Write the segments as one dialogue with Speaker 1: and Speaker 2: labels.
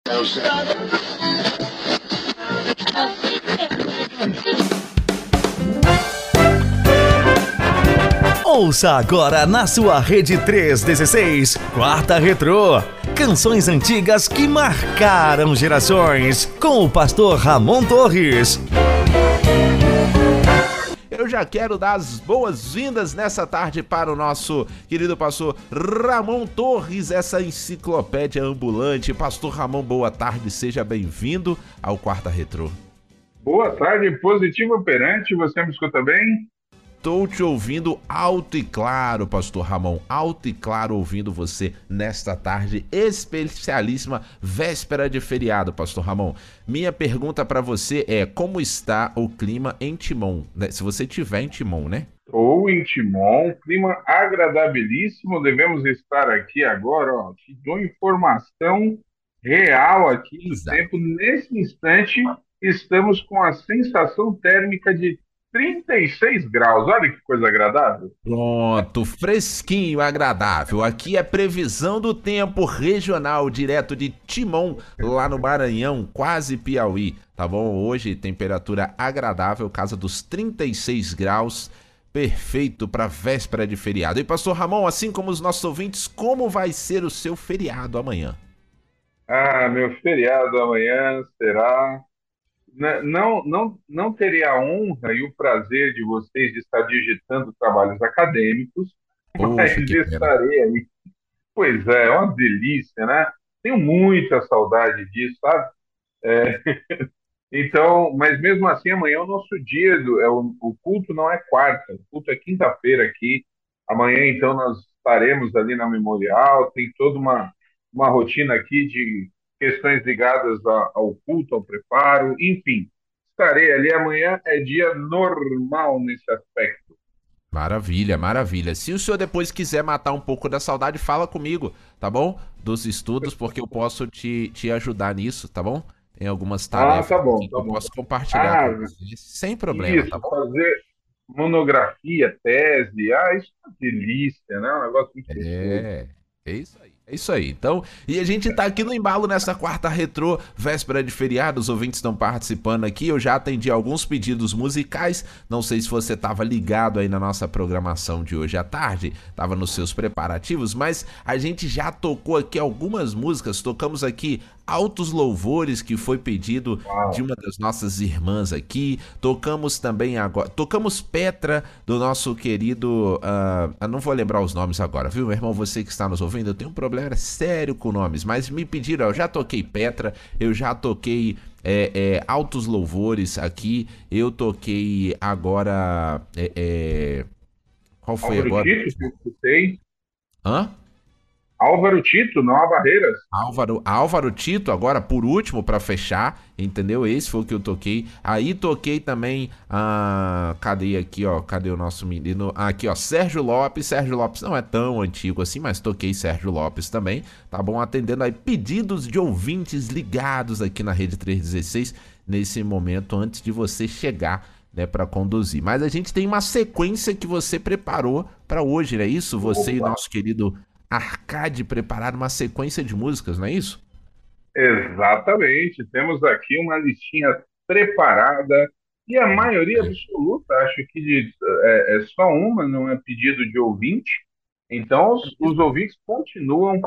Speaker 1: Ouça agora na sua Rede 316, Quarta Retrô. Canções antigas que marcaram gerações, com o pastor Ramon Torres.
Speaker 2: Eu já quero dar as boas-vindas nessa tarde para o nosso querido pastor Ramon Torres, essa enciclopédia ambulante. Pastor Ramon, boa tarde, seja bem-vindo ao Quarta Retrô.
Speaker 3: Boa tarde, positivo operante, você me escuta bem?
Speaker 2: Estou te ouvindo alto e claro, pastor Ramon, alto e claro ouvindo você nesta tarde especialíssima, véspera de feriado, pastor Ramon. Minha pergunta para você é, como está o clima em Timon, né? Se você estiver em Timon, né?
Speaker 3: Ou em Timon, clima agradabilíssimo, devemos estar aqui agora, ó, te dou informação real aqui do tempo. Nesse instante, estamos com a sensação térmica de 36 graus, olha que coisa agradável.
Speaker 2: Pronto, fresquinho, agradável. Aqui é previsão do tempo regional, direto de Timon, lá no Maranhão, quase Piauí, tá bom? Hoje, temperatura agradável, casa dos 36 graus, perfeito para véspera de feriado. E pastor Ramon, assim como os nossos ouvintes, como vai ser o seu feriado amanhã?
Speaker 3: Ah, meu feriado amanhã será... Não terei a honra e o prazer de vocês de estar digitando trabalhos acadêmicos, mas
Speaker 2: Poxa, que pena.
Speaker 3: estarei aí. Pois é uma delícia, né? Tenho muita saudade disso, sabe? Então, mas mesmo assim, amanhã é o nosso dia, o culto não é quarta, o culto é quinta-feira aqui. Amanhã, então, nós estaremos ali na Memorial, tem toda uma rotina aqui de questões ligadas ao culto, ao preparo, enfim. Estarei ali, amanhã é dia normal nesse aspecto.
Speaker 2: Maravilha, maravilha. Se o senhor depois quiser matar um pouco da saudade, fala comigo, tá bom? Dos estudos, porque eu posso te ajudar nisso, tá bom? Tem algumas tarefas
Speaker 3: Tá bom,
Speaker 2: aqui que
Speaker 3: tá
Speaker 2: eu
Speaker 3: bom.
Speaker 2: posso compartilhar com
Speaker 3: Ah,
Speaker 2: você, sem problema, tá
Speaker 3: isso,
Speaker 2: bom?
Speaker 3: fazer monografia, tese, isso é uma delícia, né? Um negócio muito gostoso.
Speaker 2: É isso aí. É isso aí. Então, e a gente tá aqui no embalo nessa quarta retrô, véspera de feriado, os ouvintes estão participando aqui. Eu já atendi alguns pedidos musicais. Não sei se você tava ligado aí na nossa programação de hoje à tarde, tava nos seus preparativos, mas a gente já tocou aqui algumas músicas. Tocamos aqui Altos Louvores, que foi pedido de uma das nossas irmãs aqui. Tocamos também agora, tocamos Petra, do nosso querido, não vou lembrar os nomes agora, viu, meu irmão? Você que está nos ouvindo, eu tenho um problema sério com nomes, mas me pediram, eu já toquei Petra, eu já toquei Altos Louvores aqui, eu toquei agora, qual foi
Speaker 3: Álvaro
Speaker 2: agora?
Speaker 3: Tito, que eu escutei.
Speaker 2: Hã?
Speaker 3: Álvaro Tito, não há barreiras.
Speaker 2: Álvaro Tito, agora por último, pra fechar, entendeu? Esse foi o que eu toquei. Aí toquei também, cadê aqui, ó? Cadê o nosso menino? Aqui, ó, Sérgio Lopes. Sérgio Lopes não é tão antigo assim, mas toquei Sérgio Lopes também, tá bom? Atendendo aí pedidos de ouvintes ligados aqui na Rede 316, nesse momento, antes de você chegar, né, para conduzir. Mas a gente tem uma sequência que você preparou para hoje, não é isso? Você e nosso querido Arcade prepararam uma sequência de músicas, não é isso?
Speaker 3: Exatamente. Temos aqui uma listinha preparada e a maioria
Speaker 2: É.
Speaker 3: absoluta, acho que é só uma, não é pedido de ouvinte. Então, os ouvintes continuam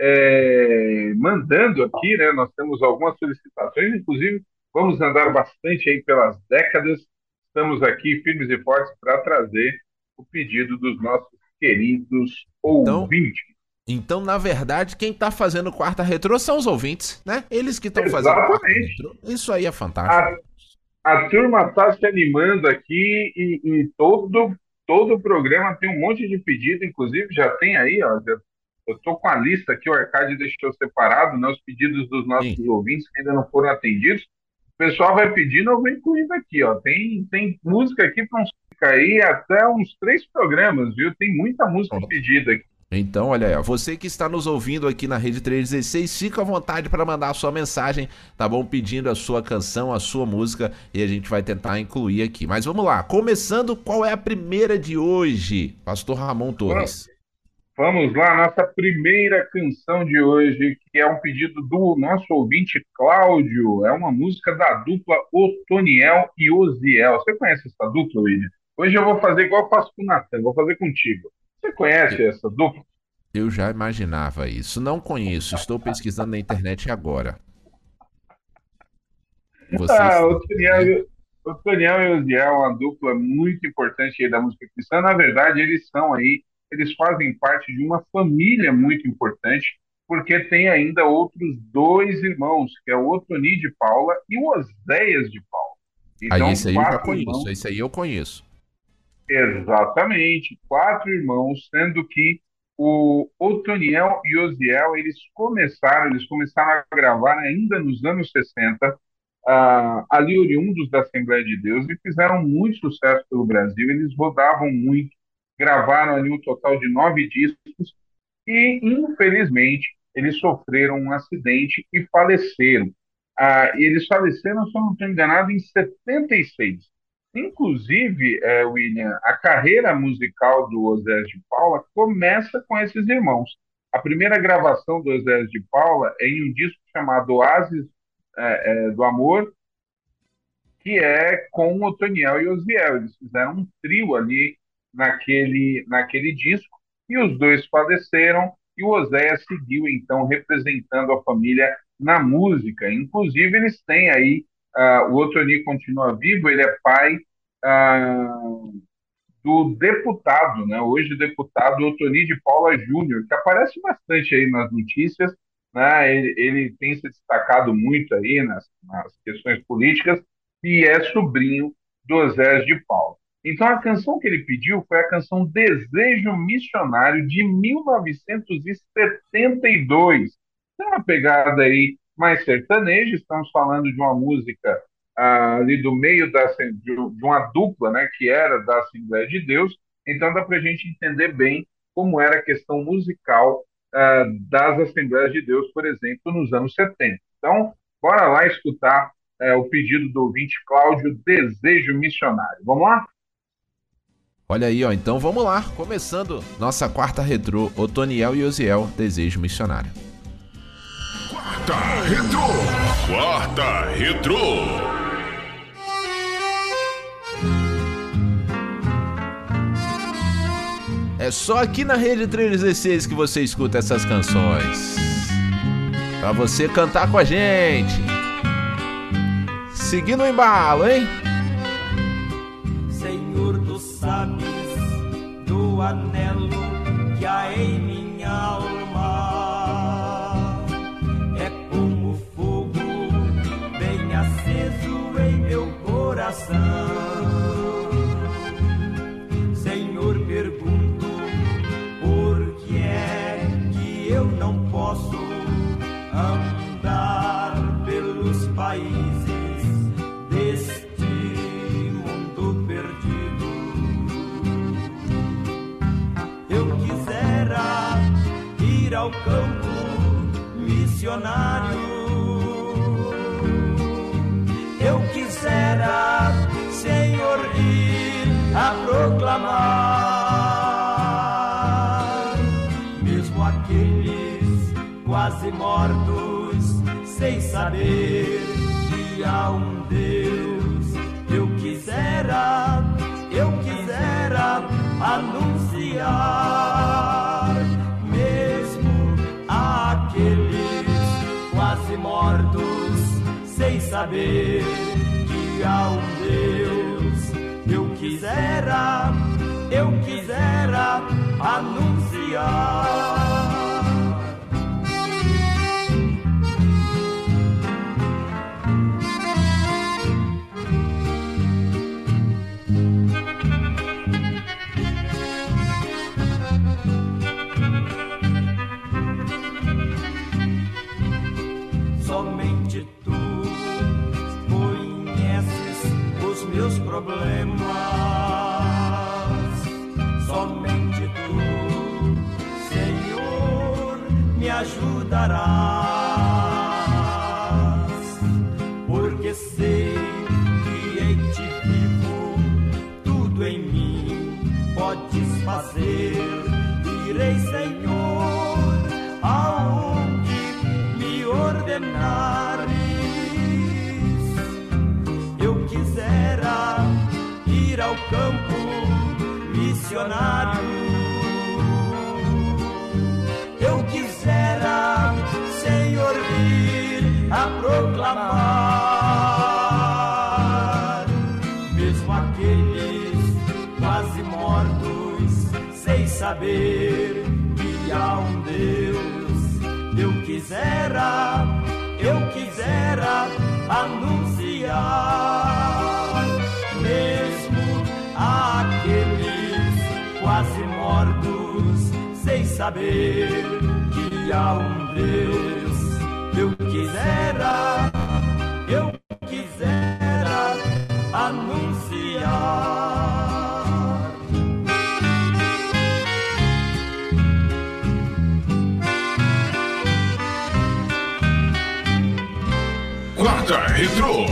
Speaker 3: mandando aqui, né? Nós temos algumas solicitações, inclusive vamos andar bastante aí pelas décadas. Estamos aqui firmes e fortes para trazer o pedido dos nossos queridos
Speaker 2: Então,
Speaker 3: ouvintes.
Speaker 2: então, na verdade, quem tá fazendo quarta retrô são os ouvintes, né? Eles que estão fazendo quarta
Speaker 3: Exatamente.
Speaker 2: retrô. Isso aí é fantástico.
Speaker 3: A, a turma está se animando aqui e todo o programa tem um monte de pedido, inclusive já tem aí, ó, eu estou com a lista aqui, o Arcade deixou separado, né, os pedidos dos nossos
Speaker 2: Sim.
Speaker 3: ouvintes que ainda não foram atendidos. O pessoal vai pedindo, eu vou incluindo aqui, ó. Tem música aqui para uns aí até uns 3 programas, viu? Tem muita música
Speaker 2: Pronto.
Speaker 3: pedida aqui.
Speaker 2: Então, olha aí, ó, você que está nos ouvindo aqui na Rede 316, fica à vontade para mandar a sua mensagem, tá bom? Pedindo a sua canção, a sua música, e a gente vai tentar incluir aqui. Mas vamos lá, começando, qual é a primeira de hoje, Pastor Ramon Torres?
Speaker 3: Vamos lá, nossa primeira canção de hoje, que é um pedido do nosso ouvinte Cláudio. É uma música da dupla Otoniel e Osiel. Você conhece essa dupla, William? Hoje eu vou fazer igual eu faço com o Natan, vou fazer contigo. Você
Speaker 2: Eu,
Speaker 3: conhece essa dupla?
Speaker 2: eu já imaginava isso. Não conheço, estou pesquisando na internet agora. Vocês
Speaker 3: Ah,
Speaker 2: sabem, né?
Speaker 3: O Toniel e o Osiel é uma dupla muito importante aí da música cristã. Na verdade, eles são aí, eles fazem parte de uma família muito importante, porque tem ainda outros dois irmãos, que é o Otoni de Paula e o Oséias de Paula.
Speaker 2: Aí
Speaker 3: Então,
Speaker 2: esse aí eu já
Speaker 3: quatro
Speaker 2: conheço,
Speaker 3: irmãos,
Speaker 2: esse aí eu conheço.
Speaker 3: exatamente, quatro irmãos, sendo que o Otoniel e o Osiel, eles começaram a gravar ainda nos anos 60, ali oriundos da Assembleia de Deus, e fizeram muito sucesso pelo Brasil. Eles rodavam muito, gravaram ali um total de 9 discos, e infelizmente eles sofreram um acidente e faleceram. E eles faleceram, se eu não estou enganado, em 76. Inclusive, William, a carreira musical do Osés de Paula começa com esses irmãos. A primeira gravação do Osés de Paula é em um disco chamado Oásis do Amor, que é com o Otoniel e o Osiel. Eles fizeram um trio ali naquele disco, e os dois faleceram, e o Oséias seguiu, então, representando a família na música. Inclusive, eles têm aí, o Otoni continua vivo, ele é pai ah, do deputado, né? Hoje deputado Otoni de Paula Júnior, que aparece bastante aí nas notícias, né? Ele tem se destacado muito aí nas questões políticas, e é sobrinho do Osés de Paula. Então a canção que ele pediu foi a canção Desejo Missionário de 1972. Tem uma pegada aí mais sertaneja, estamos falando de uma música ali do meio de uma dupla, né, que era da Assembleia de Deus. Então dá para a gente entender bem como era a questão musical das Assembleias de Deus, por exemplo, nos anos 70. Então, bora lá escutar o pedido do ouvinte Cláudio, Desejo Missionário. Vamos lá?
Speaker 2: Olha aí, ó. Então vamos lá. Começando nossa quarta retrô, Otoniel e Osiel, Desejo Missionário.
Speaker 4: Quarta Retrô. Quarta Retrô.
Speaker 2: É só aqui na Rede 316 que você escuta essas canções. Pra você cantar com a gente. Seguindo o embalo, hein?
Speaker 5: Senhor, tu sabes do anelo que há em minha alma. É como fogo bem aceso em meu coração. Senhor, pergunto por que é que eu não posso andar pelos países deste mundo perdido. Eu quisera ir ao campo missionário. Eu quisera, Senhor, ir a proclamar, mesmo aqueles quase mortos, sem saber que há um Deus. Eu quisera anunciar, mesmo àqueles quase mortos, sem saber que há um Deus. Eu quisera anunciar. Somente tu conheces os meus problemas. Somente tu, Senhor, me ajudarás, porque sei que em ti vivo, tudo em mim podes fazer. Irei, Senhor, ao campo missionário. Eu quisera, Senhor, vir a proclamar, mesmo aqueles quase mortos, sem saber que há um Deus. Eu quisera anunciar, mesmo aqueles quase mortos, sem saber que há um Deus. Eu quisera anunciar.
Speaker 4: Quarta Retrô.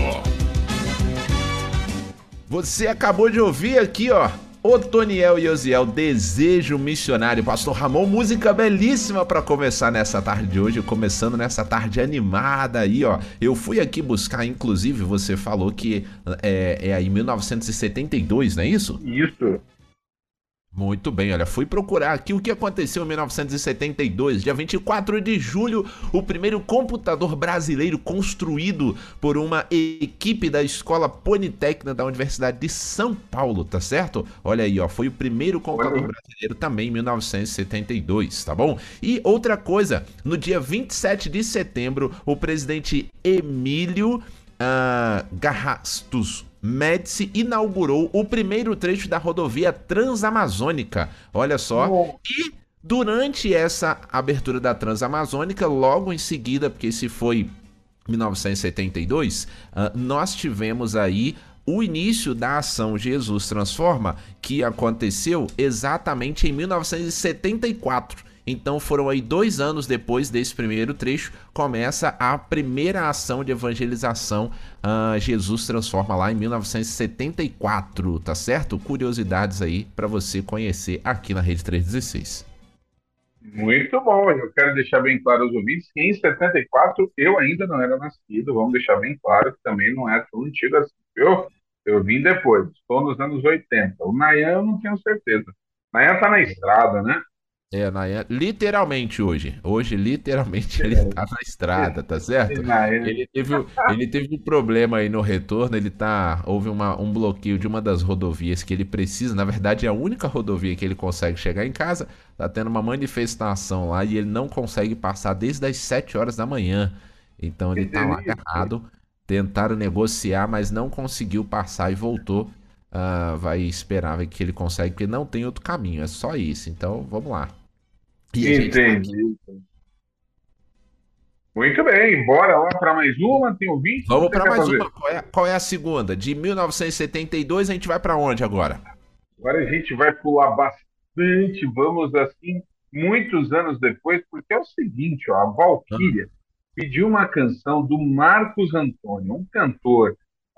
Speaker 2: Você acabou de ouvir aqui, ó, Otoniel e Osiel, Desejo Missionário. Pastor Ramon, música belíssima para começar nessa tarde de hoje, começando nessa tarde animada aí, ó. Eu fui aqui buscar, inclusive, você falou que é aí 1972, não é isso?
Speaker 3: Isso.
Speaker 2: Muito bem, olha, fui procurar aqui o que aconteceu em 1972, dia 24 de julho, o primeiro computador brasileiro construído por uma equipe da Escola Politécnica da Universidade de São Paulo, tá certo? Olha aí, ó, foi o primeiro computador brasileiro também em 1972, tá bom? E outra coisa, no dia 27 de setembro, o presidente Emílio Garrastus Médici inaugurou o primeiro trecho da rodovia Transamazônica. Olha só. E durante essa abertura da Transamazônica, logo em seguida, porque esse foi 1972, nós tivemos aí o início da ação Jesus Transforma, que aconteceu exatamente em 1974. Então foram aí 2 anos depois desse primeiro trecho, começa a primeira ação de evangelização Jesus Transforma lá em 1974, tá certo? Curiosidades aí para você conhecer aqui na Rede 316.
Speaker 3: Muito bom, eu quero deixar bem claro aos ouvintes que em 74 eu ainda não era nascido, vamos deixar bem claro que também não é tão antigo assim. Eu vim depois, estou nos anos 80. O Nayan eu não tenho certeza. O Nayan tá na estrada, né?
Speaker 2: Nayan, literalmente hoje. Hoje, literalmente, ele tá na estrada, tá certo? Ele teve um problema aí no retorno, houve um bloqueio de uma das rodovias que ele precisa, na verdade é a única rodovia que ele consegue chegar em casa, tá tendo uma manifestação lá e ele não consegue passar desde as 7 horas da manhã. Então ele tá lá agarrado, tentaram negociar, mas não conseguiu passar e voltou. Vai esperar que ele consegue, porque não tem outro caminho, é só isso. Então, vamos lá.
Speaker 3: Entendi. Muito bem, bora lá para mais uma. Tem ouvinte?
Speaker 2: Vamos para mais uma. Qual é a segunda? De 1972 a gente vai para onde agora?
Speaker 3: Agora a gente vai pular bastante, vamos assim, muitos anos depois, porque é o seguinte, ó, a Valquíria pediu uma canção do Marcos Antônio, um cantor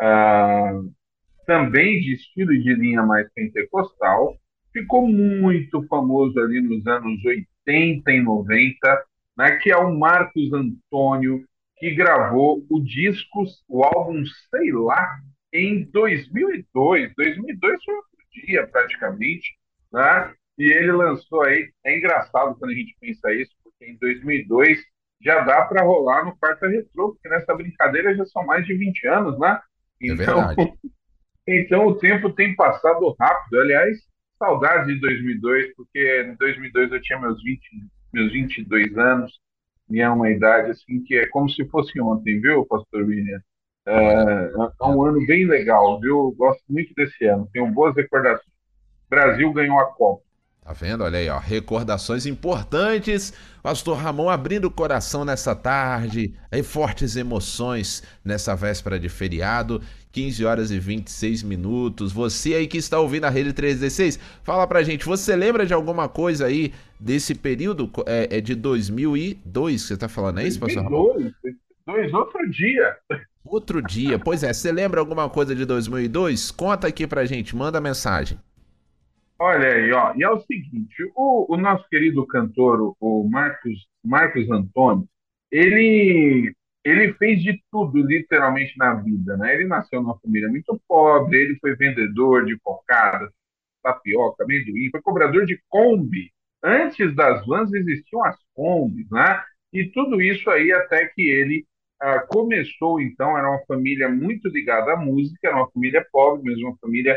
Speaker 3: também de estilo e de linha mais pentecostal, ficou muito famoso ali nos anos 80 e 90, né, que é o Marcos Antônio, que gravou o álbum Sei Lá, em 2002. 2002 foi outro dia, praticamente, né? E ele lançou aí, é engraçado quando a gente pensa isso, porque em 2002 já dá para rolar no Quarta Retrô, porque nessa brincadeira já são mais de 20 anos, né? Então, então o tempo tem passado rápido. Aliás, saudades de 2002, porque em 2002 eu tinha meus 22 anos, e é uma idade assim que é como se fosse ontem, viu, Pastor William? É um ano bem legal, viu? Gosto muito desse ano, tenho boas recordações. O Brasil ganhou a Copa.
Speaker 2: Tá vendo? Olha aí, ó, recordações importantes. Pastor Ramon abrindo o coração nessa tarde, aí fortes emoções nessa véspera de feriado, 15 horas e 26 minutos. Você aí que está ouvindo a Rede 316, fala pra gente, você lembra de alguma coisa aí desse período? É de 2002 que você tá falando, é isso, Pastor Ramon?
Speaker 3: 2002, outro dia.
Speaker 2: Outro dia, pois é, você lembra alguma coisa de 2002? Conta aqui pra gente, manda mensagem.
Speaker 3: Olha aí, ó, e é o seguinte, o nosso querido cantor, o Marcos Antônio, ele ele fez de tudo, literalmente, na vida, né? Ele nasceu numa família muito pobre, ele foi vendedor de cocada, tapioca, amendoim, foi cobrador de Kombi. Antes das vans existiam as Kombis, né? E tudo isso aí até que ele começou, então, era uma família muito ligada à música, era uma família pobre, mas uma família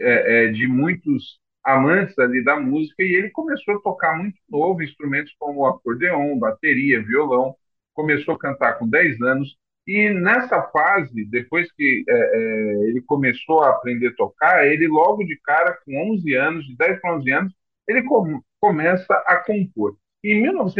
Speaker 3: de muitos amantes ali da música, e ele começou a tocar muito novo, instrumentos como acordeon, bateria, violão, começou a cantar com 10 anos, e nessa fase, depois que ele começou a aprender a tocar, ele logo de cara, com 11 anos, de 10 para 11 anos, ele começa a compor. Em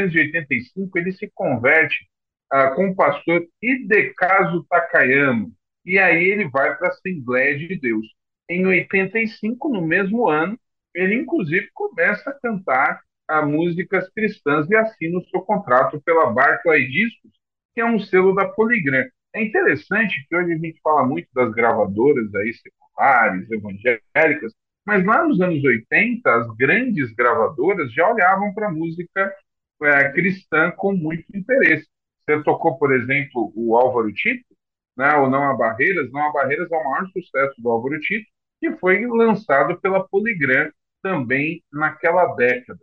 Speaker 3: 1985, ele se converte com o pastor Hidekazu Takayama, e aí ele vai para a Assembleia de Deus. Em 85, no mesmo ano, ele inclusive começa a cantar músicas cristãs e assina o seu contrato pela Barclay Discos, que é um selo da Polygram. É interessante que hoje a gente fala muito das gravadoras aí seculares, evangélicas, mas lá nos anos 80, as grandes gravadoras já olhavam para a música cristã com muito interesse. Você tocou, por exemplo, o Álvaro Tito, né, o Não Há Barreiras. Não Há Barreiras é o maior sucesso do Álvaro Tito, que foi lançado pela Polygram também naquela década.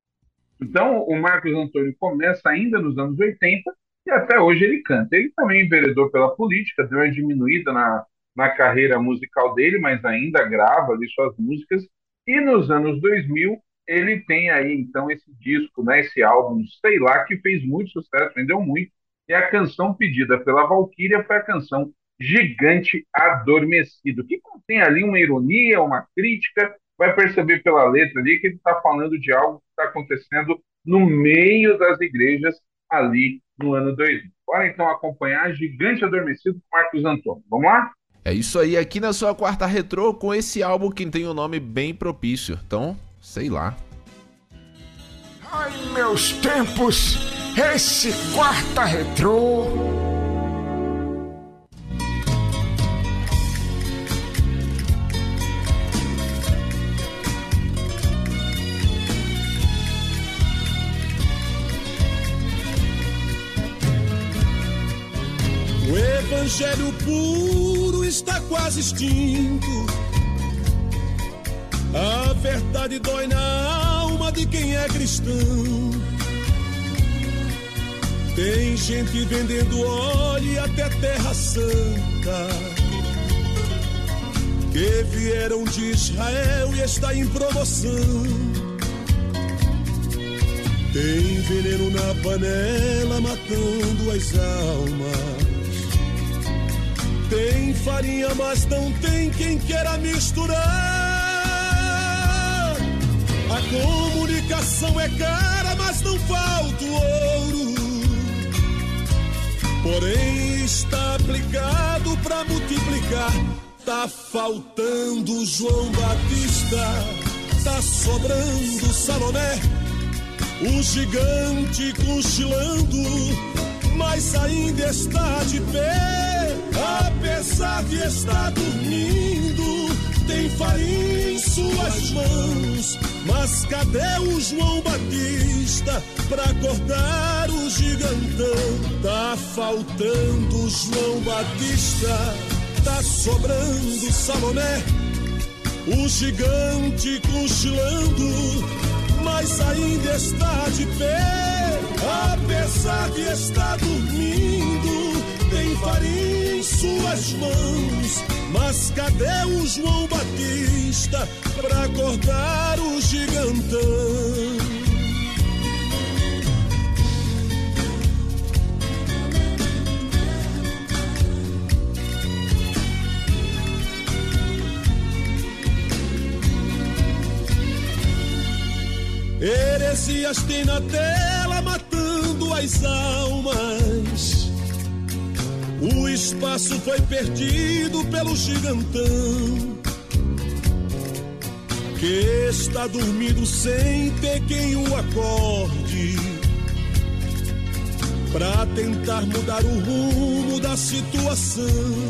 Speaker 3: Então, o Marcos Antônio começa ainda nos anos 80 e até hoje ele canta. Ele também enveredou pela política, deu uma diminuída na carreira musical dele, mas ainda grava ali suas músicas. E nos anos 2000, ele tem aí, então, esse disco, né, esse álbum, Sei Lá, que fez muito sucesso, vendeu muito. E a canção pedida pela Valquíria foi a canção Gigante Adormecido, que contém ali uma ironia, uma crítica. Vai perceber pela letra ali que ele está falando de algo que está acontecendo no meio das igrejas ali no ano 2000. Bora então acompanhar Gigante Adormecido com Marcos Antônio. Vamos lá?
Speaker 2: É isso aí, aqui na sua quarta retrô com esse álbum que tem um nome bem propício. Então, sei lá.
Speaker 6: Ai, meus tempos, esse quarta retrô.
Speaker 7: O evangelho puro está quase extinto. A verdade dói na alma de quem é cristão. Tem gente vendendo óleo e até terra santa, que vieram de Israel e está em promoção. Tem veneno na panela matando as almas. Tem farinha, mas não tem quem queira misturar. A comunicação é cara, mas não falta o ouro. Porém está aplicado pra multiplicar. Tá faltando João Batista, tá sobrando Salomé, o gigante cochilando, mas ainda está de pé. Apesar de estar dormindo, tem farinha em suas mãos. Mas cadê o João Batista pra acordar o gigantão? Tá faltando João Batista, tá sobrando Salomé, o gigante cochilando, mas ainda está de pé. Apesar de estar dormindo, tem farinha em suas mãos. Mas cadê o João Batista pra acordar o gigantão? Heresias tem na tela matando as almas. O espaço foi perdido pelo gigantão, que está dormindo sem ter quem o acorde, pra tentar mudar o rumo da situação.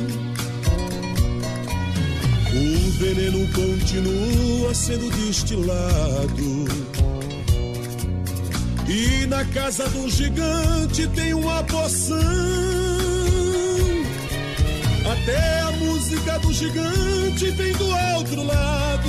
Speaker 7: O veneno continua sendo destilado, e na casa do gigante tem uma poção. Até a música do gigante vem do outro lado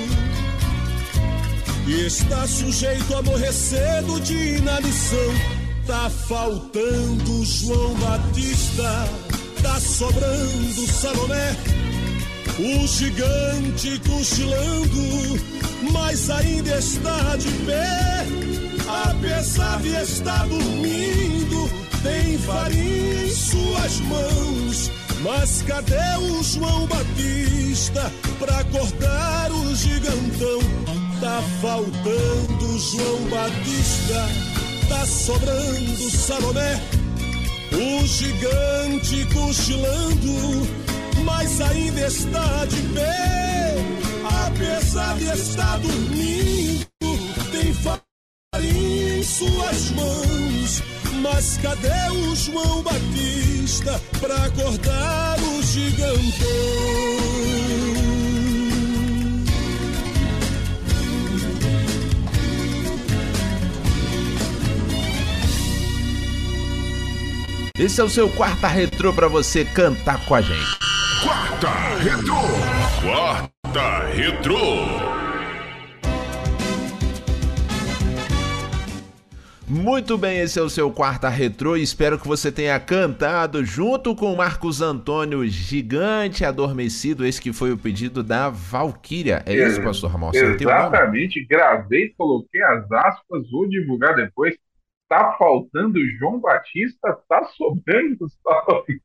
Speaker 7: e está sujeito a morrer cedo de inanição. Tá faltando João Batista, tá sobrando Salomé, o gigante cochilando, mas ainda está de pé. Apesar de estar dormindo, tem farinha em suas mãos. Mas cadê o João Batista pra cortar o gigantão? Tá faltando João Batista, tá sobrando Salomé, o gigante cochilando, mas ainda está de pé. Apesar de estar dormindo, tem farinha em suas mãos. Mas cadê o João Batista pra acordar o gigantão?
Speaker 2: Esse é o seu Quarta Retrô pra você cantar com a gente.
Speaker 4: Quarta Retrô. Quarta Retrô.
Speaker 2: Muito bem, esse é o seu Quarta Retrô e espero que você tenha cantado junto com o Marcos Antônio, Gigante Adormecido, esse que foi o pedido da Valquíria. É isso, pastor Ramon?
Speaker 3: Exatamente, gravei, coloquei as aspas, vou divulgar depois. Tá faltando João Batista, tá sobrando Salomé.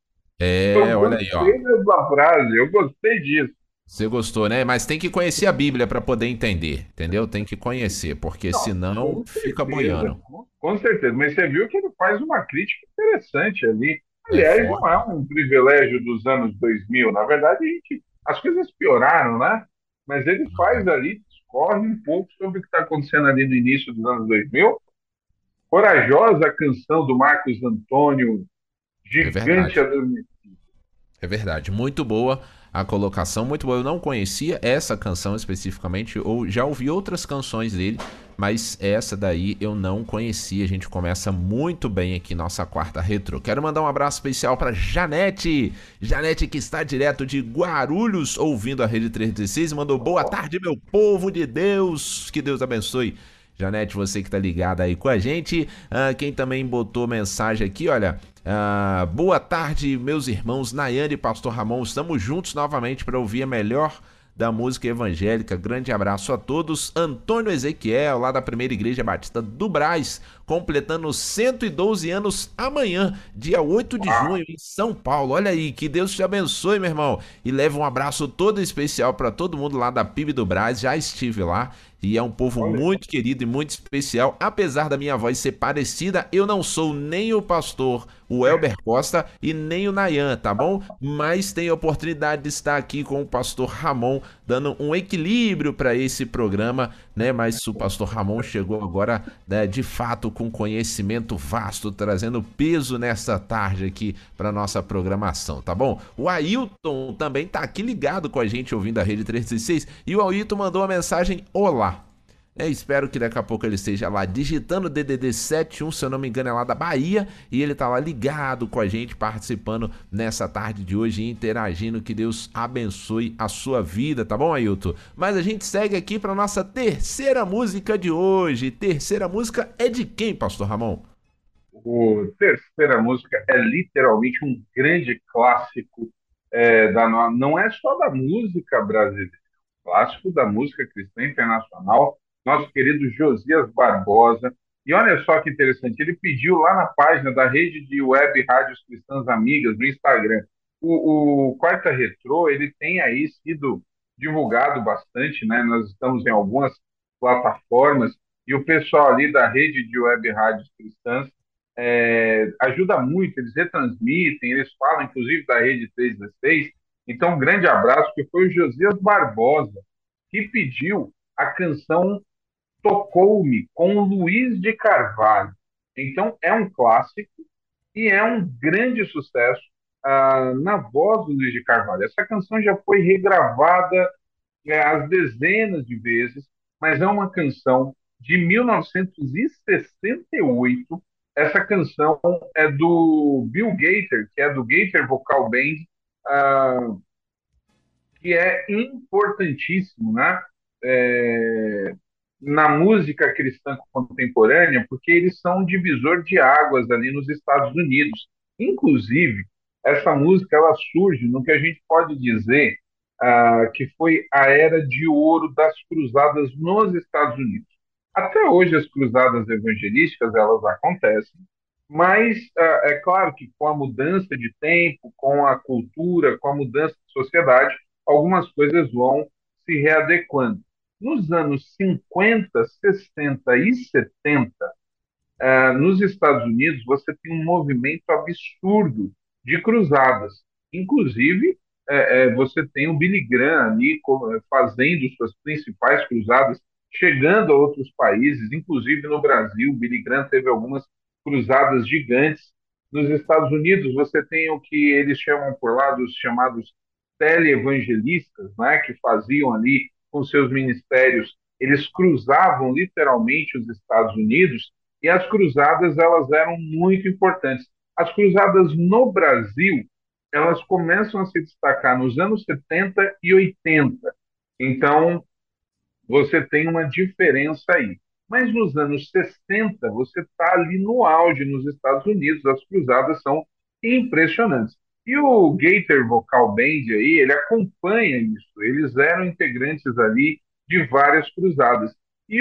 Speaker 2: Olha aí, ó.
Speaker 3: Essa frase, eu gostei disso.
Speaker 2: Você gostou, né? Mas tem que conhecer a Bíblia para poder entender, entendeu? Tem que conhecer, porque senão fica boiando.
Speaker 3: Com certeza, mas você viu que ele faz uma crítica interessante ali. Aliás, não é um privilégio dos anos 2000. Na verdade, as coisas pioraram, né? Mas ele faz ali, discorre um pouco sobre o que está acontecendo ali no início dos anos 2000. Corajosa canção do Marcos Antônio, Gigante Adormecido.
Speaker 2: É verdade, muito boa a colocação, muito boa. Eu não conhecia essa canção especificamente, ou já ouvi outras canções dele, mas essa daí eu não conhecia. A gente começa muito bem aqui nossa Quarta Retrô. Quero mandar um abraço especial para Janete. Janete, que está direto de Guarulhos ouvindo a Rede 316, mandou boa tarde, meu povo de Deus. Que Deus abençoe. Janete, você que tá ligada aí com a gente. Quem também botou mensagem aqui, olha. Boa tarde, meus irmãos Nayane e Pastor Ramon. Estamos juntos novamente para ouvir a melhor da música evangélica. Grande abraço a todos. Antônio Ezequiel, lá da Primeira Igreja Batista do Brás, completando 112 anos amanhã, dia 8 de junho, em São Paulo. Olha aí, que Deus te abençoe, meu irmão. E leva um abraço todo especial para todo mundo lá da PIB do Brás. Já estive lá. E é um povo muito querido e muito especial. Apesar da minha voz ser parecida, eu não sou nem o pastor o Elber Costa e nem o Nayan, tá bom? Mas tenho a oportunidade de estar aqui com o pastor Ramon, dando um equilíbrio para esse programa, né? Mas o pastor Ramon chegou agora, né, de fato, com conhecimento vasto, trazendo peso nessa tarde aqui para nossa programação, tá bom? O Ailton também tá aqui ligado com a gente, ouvindo a Rede 316, e o Ailton mandou uma mensagem: olá. Espero que daqui a pouco ele esteja lá digitando DDD 71, se eu não me engano é lá da Bahia, e ele tá lá ligado com a gente, participando nessa tarde de hoje e interagindo. Que Deus abençoe a sua vida, tá bom, Ailton? Mas a gente segue aqui para nossa terceira música de hoje. Terceira música é de quem, pastor Ramon?
Speaker 3: A terceira música é literalmente um grande clássico, não é só da música brasileira, clássico da música cristã internacional, nosso querido Josias Barbosa. E olha só que interessante, ele pediu lá na página da rede de web Rádios Cristãs Amigas, no Instagram. O Quarta Retrô, ele tem aí sido divulgado bastante, né? Nós estamos em algumas plataformas, e o pessoal ali da rede de web Rádios Cristãs ajuda muito, eles retransmitem, eles falam, inclusive, da rede 316. Então, um grande abraço, que foi o Josias Barbosa, que pediu a canção Tocou-me, com o Luiz de Carvalho. Então, é um clássico e é um grande sucesso na voz do Luiz de Carvalho. Essa canção já foi regravada às dezenas de vezes, mas é uma canção de 1968. Essa canção é do Bill Gaither, que é do Gaither Vocal Band, que é importantíssimo, né? É, na música cristã contemporânea, porque eles são um divisor de águas ali nos Estados Unidos. Inclusive, essa música ela surge no que a gente pode dizer que foi a era de ouro das cruzadas nos Estados Unidos. Até hoje as cruzadas evangelísticas elas acontecem, mas é claro que com a mudança de tempo, com a cultura, com a mudança de sociedade, algumas coisas vão se readequando. Nos anos 50, 60 e 70, nos Estados Unidos, você tem um movimento absurdo de cruzadas. Inclusive, você tem o Billy Graham ali fazendo suas principais cruzadas, chegando a outros países, inclusive no Brasil. O Billy Graham teve algumas cruzadas gigantes. Nos Estados Unidos, você tem o que eles chamam por lá dos chamados teleevangelistas, né, que faziam ali com seus ministérios, eles cruzavam literalmente os Estados Unidos, e as cruzadas elas eram muito importantes. As cruzadas no Brasil, elas começam a se destacar nos anos 70 e 80. Então, você tem uma diferença aí. Mas nos anos 60, você está ali no auge nos Estados Unidos, as cruzadas são impressionantes. E o Gaither Vocal Band aí, ele acompanha isso, eles eram integrantes ali de várias cruzadas. E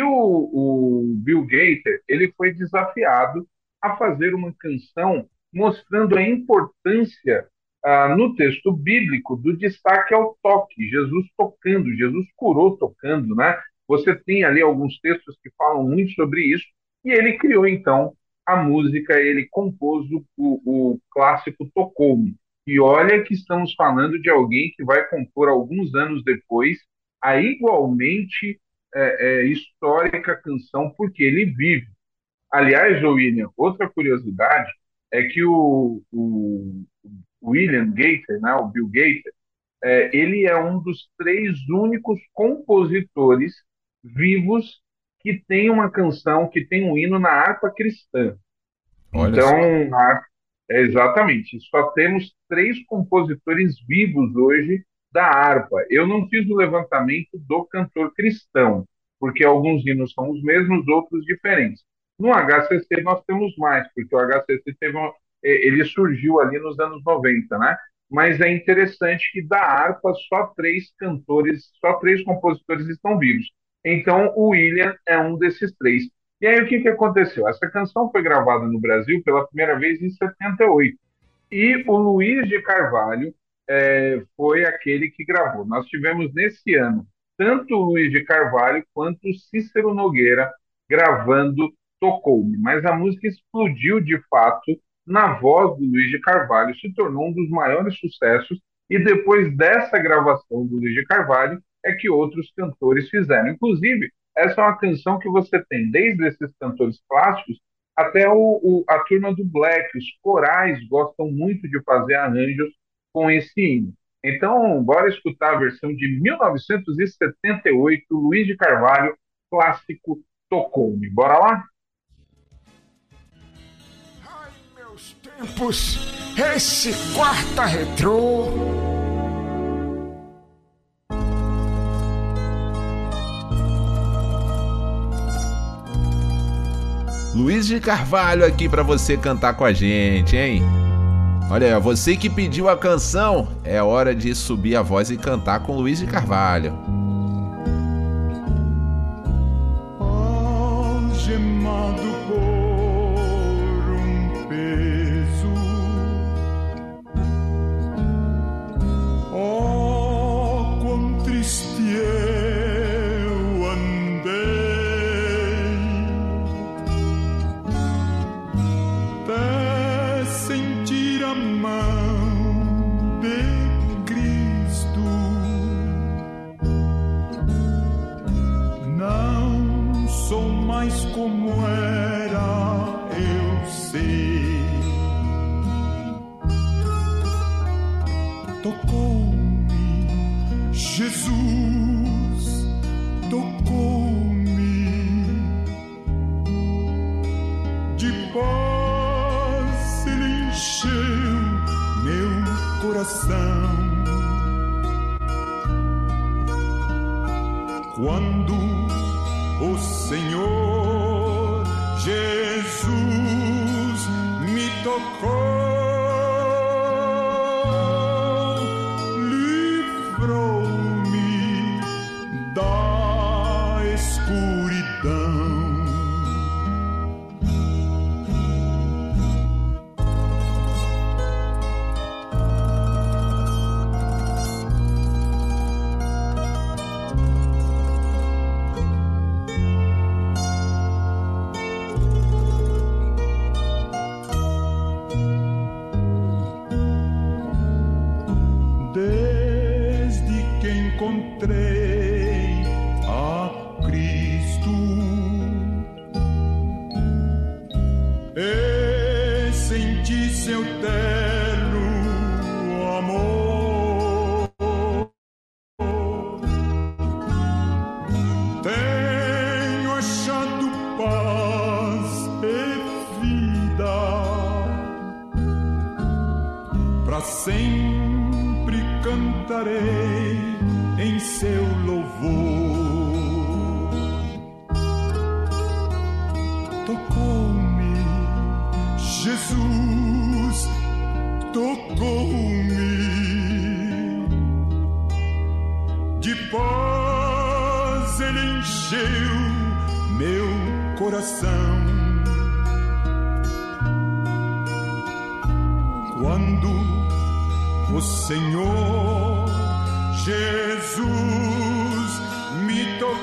Speaker 3: o Bill Gaither, ele foi desafiado a fazer uma canção mostrando a importância no texto bíblico do destaque ao toque, Jesus tocando, Jesus curou tocando, né? Você tem ali alguns textos que falam muito sobre isso, e ele criou então a música, ele compôs o clássico Tocou-me. E olha que estamos falando de alguém que vai compor alguns anos depois a igualmente histórica canção, porque ele vive. Aliás, William, outra curiosidade é que o William Gaither, né, o Bill Gaither, ele é um dos 3 únicos compositores vivos que tem uma canção, que tem um hino na harpa cristã.
Speaker 2: Olha
Speaker 3: então, exatamente, só temos 3 compositores vivos hoje da harpa. Eu não fiz o levantamento do cantor cristão, porque alguns hinos são os mesmos, outros diferentes. No HCC nós temos mais, porque o HCC ele surgiu ali nos anos 90, né? Mas é interessante que da harpa só 3 cantores, só 3 compositores estão vivos. Então o William é um desses 3. E aí o que aconteceu? Essa canção foi gravada no Brasil pela primeira vez em 78. E o Luiz de Carvalho foi aquele que gravou. Nós tivemos nesse ano tanto o Luiz de Carvalho quanto o Cícero Nogueira gravando Tocou-me. Mas a música explodiu de fato na voz do Luiz de Carvalho, se tornou um dos maiores sucessos, e depois dessa gravação do Luiz de Carvalho é que outros cantores fizeram. Inclusive, essa é uma canção que você tem desde esses cantores clássicos até a turma do Black. Os corais gostam muito de fazer arranjos com esse hino. Então, bora escutar a versão de 1978, Luiz de Carvalho, clássico Tocou-me. Bora lá?
Speaker 6: Ai, meus tempos, esse quarta retrô.
Speaker 2: Luiz de Carvalho aqui pra você cantar com a gente, hein? Olha aí, você que pediu a canção, é hora de subir a voz e cantar com Luiz de Carvalho.
Speaker 7: Algemado por um peso, oh, quão triste eu andei, até sentir a mão de Cristo. Não sou mais como era, eu sei. Tocou-me, Jesus, tocou-me. De paz ele encheu meu coração. Quando o Senhor Jesus me tocou, livrou-me da escuridão. Encontrei a Cristo e senti seu terno amor. Tenho achado paz e vida, para sempre cantarei em seu louvor. Tocou-me, Jesus, tocou-me, de paz ele encheu meu coração. Quando o Senhor Jesus me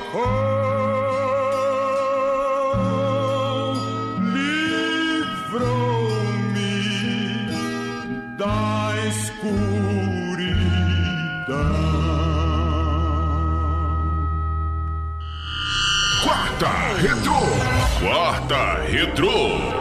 Speaker 7: tocou, livrou-me da escuridão.
Speaker 4: Quarta Retrô. Quarta Retrô.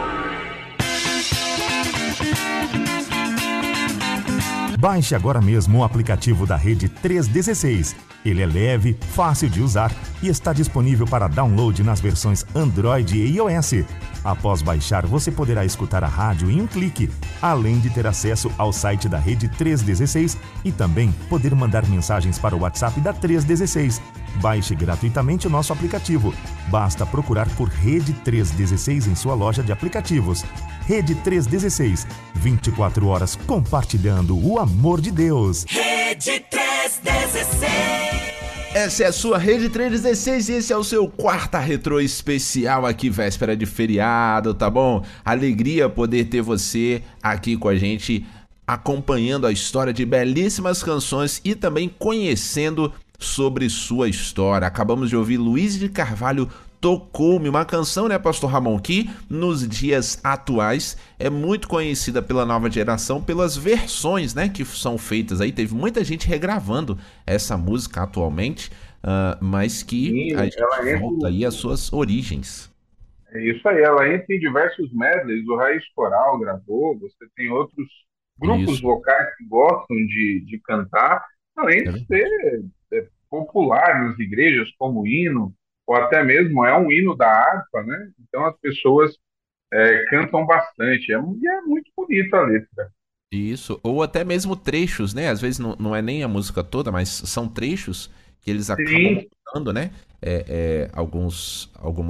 Speaker 1: Baixe agora mesmo o aplicativo da Rede 316. Ele é leve, fácil de usar e está disponível para download nas versões Android e iOS. Após baixar, você poderá escutar a rádio em um clique, além de ter acesso ao site da Rede 316 e também poder mandar mensagens para o WhatsApp da 316. Baixe gratuitamente o nosso aplicativo. Basta procurar por Rede 316 em sua loja de aplicativos. Rede 316, 24 horas compartilhando o amor de Deus.
Speaker 5: Rede 316.
Speaker 2: Essa é a sua Rede 316 e esse é o seu Quarta Retrô especial aqui, véspera de feriado, tá bom? Alegria poder ter você aqui com a gente, acompanhando a história de belíssimas canções e também conhecendo sobre sua história. Acabamos de ouvir Luiz de Carvalho, Tocou-me, uma canção, né, Pastor Ramon, que nos dias atuais é muito conhecida pela nova geração, pelas versões, né, que são feitas aí. Teve muita gente regravando essa música atualmente, mas que
Speaker 3: Sim,
Speaker 2: a gente volta aí às suas origens.
Speaker 3: É isso aí, ela entra em diversos medleys, o Raiz Coral gravou, você tem outros grupos vocais que gostam de cantar, além de ser popular nas igrejas como hino, ou até mesmo é um hino da harpa, né? Então as pessoas cantam bastante, e é muito bonita a letra.
Speaker 2: Isso, ou até mesmo trechos, né? Às vezes não é nem a música toda, mas são trechos que eles acabam cantando, né? Algumas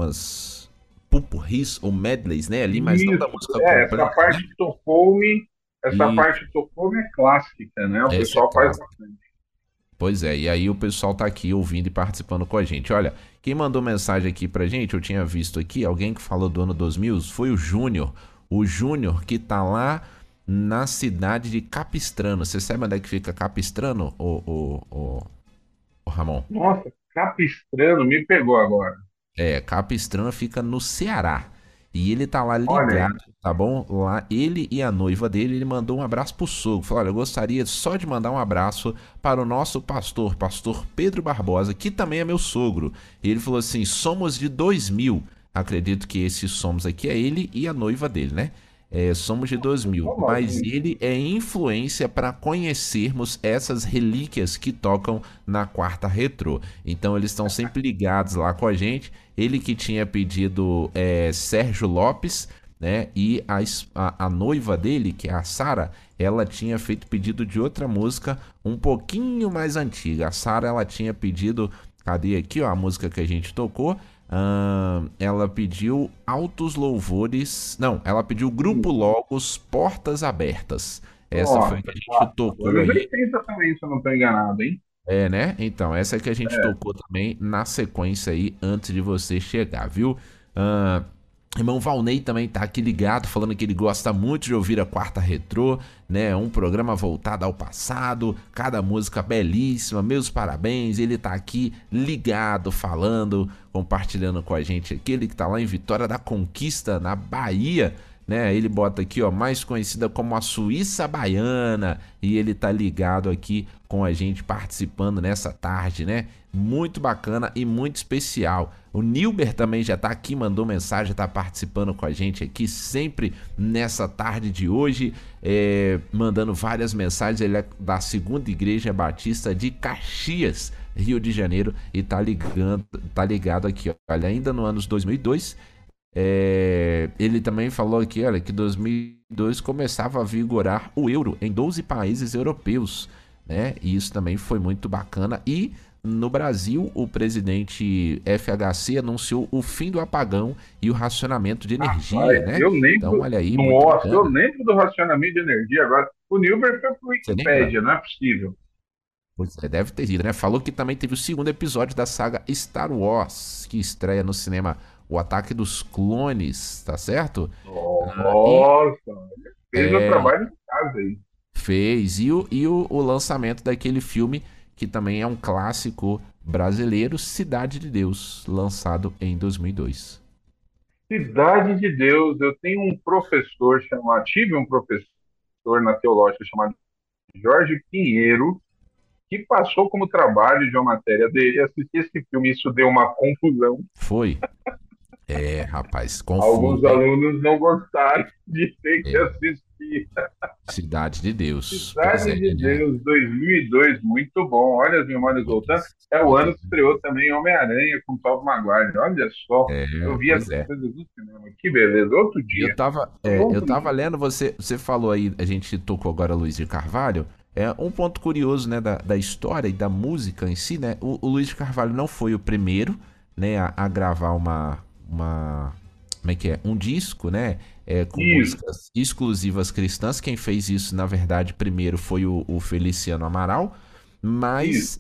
Speaker 2: pupurris ou medleys, né? Ali, mas não da música completa.
Speaker 3: Essa parte que tocou-me, parte que tocou-me é clássica, né? O pessoal faz bastante.
Speaker 2: Pois é, e aí o pessoal tá aqui ouvindo e participando com a gente. Olha, quem mandou mensagem aqui pra gente, eu tinha visto aqui, alguém que falou do ano 2000, foi o Júnior. O Júnior que tá lá na cidade de Capistrano. Você sabe onde é que fica Capistrano, o Ramon?
Speaker 3: Nossa, Capistrano me pegou agora.
Speaker 2: Capistrano fica no Ceará. E ele tá lá ligado, tá bom? Lá, ele e a noiva dele, ele mandou um abraço pro sogro. Falou, olha, eu gostaria só de mandar um abraço para o nosso pastor Pedro Barbosa, que também é meu sogro. E ele falou assim, somos de 2000. Acredito que esse somos aqui é ele e a noiva dele, né? Somos de 2000, mas ele é influência para conhecermos essas relíquias que tocam na Quarta Retrô. Então eles estão sempre ligados lá com a gente. Ele que tinha pedido Sérgio Lopes, né? E a noiva dele, que é a Sarah, ela tinha feito pedido de outra música um pouquinho mais antiga. A Sarah, ela tinha pedido, cadê aqui, ó, a música que a gente tocou? Ela pediu Altos Louvores, não, ela pediu Grupo Logos, Portas Abertas. Essa foi a que a gente tocou
Speaker 3: aí.
Speaker 2: aí.
Speaker 3: Também, se eu não estou enganado, hein?
Speaker 2: É, né? Então, essa é que a gente tocou também na sequência aí, antes de você chegar, viu? Irmão Valnei também tá aqui ligado, falando que ele gosta muito de ouvir a Quarta Retrô, né? Um programa voltado ao passado, cada música belíssima, meus parabéns. Ele tá aqui ligado, falando, compartilhando com a gente aqui. Ele que tá lá em Vitória da Conquista, na Bahia, né? Ele bota aqui, ó, mais conhecida como a Suíça Baiana, e ele tá ligado aqui com a gente, participando nessa tarde, né? Muito bacana e muito especial. O Nilber também já tá aqui, mandou mensagem, tá participando com a gente aqui, sempre nessa tarde de hoje, mandando várias mensagens. Ele é da Segunda Igreja Batista de Caxias, Rio de Janeiro, e tá ligado aqui, ó. Olha, ainda no ano 2002, ele também falou aqui, olha, que 2002 começava a vigorar o euro em 12 países europeus, né? E isso também foi muito bacana. E no Brasil, o presidente FHC anunciou o fim do apagão e o racionamento de energia, né?
Speaker 3: Eu lembro,
Speaker 2: então, olha aí,
Speaker 3: nossa, eu lembro do racionamento de energia agora. O Nilber foi pro Wikipédia, não é possível.
Speaker 2: Pois é, deve ter ido, né? Falou que também teve o segundo episódio da saga Star Wars, que estreia no cinema O Ataque dos Clones, tá certo?
Speaker 3: Nossa, fez o trabalho de casa aí.
Speaker 2: Fez, e o lançamento daquele filme que também é um clássico brasileiro, Cidade de Deus, lançado em 2002.
Speaker 3: Cidade de Deus, eu tenho um professor tive um professor na teológica chamado Jorge Pinheiro, que passou como trabalho de uma matéria dele assistir esse filme. Isso deu uma confusão.
Speaker 2: Foi. Rapaz, confuso.
Speaker 3: Alguns alunos não gostaram de ter que assistir.
Speaker 2: Cidade de Deus.
Speaker 3: Cidade de Deus, 2002, muito bom. Olha as memórias voltando. É o ano que estreou também Homem-Aranha com Tobey Maguire. Olha só, eu vi as coisas do cinema. Que beleza, outro dia.
Speaker 2: Eu tava lendo, você falou aí, a gente tocou agora Luiz de Carvalho. Um ponto curioso, né, da história e da música em si, né? O Luiz de Carvalho não foi o primeiro, né, a gravar como é que é? Um disco, né? Com músicas exclusivas cristãs. Quem fez isso, na verdade, primeiro foi o Feliciano Amaral. Mas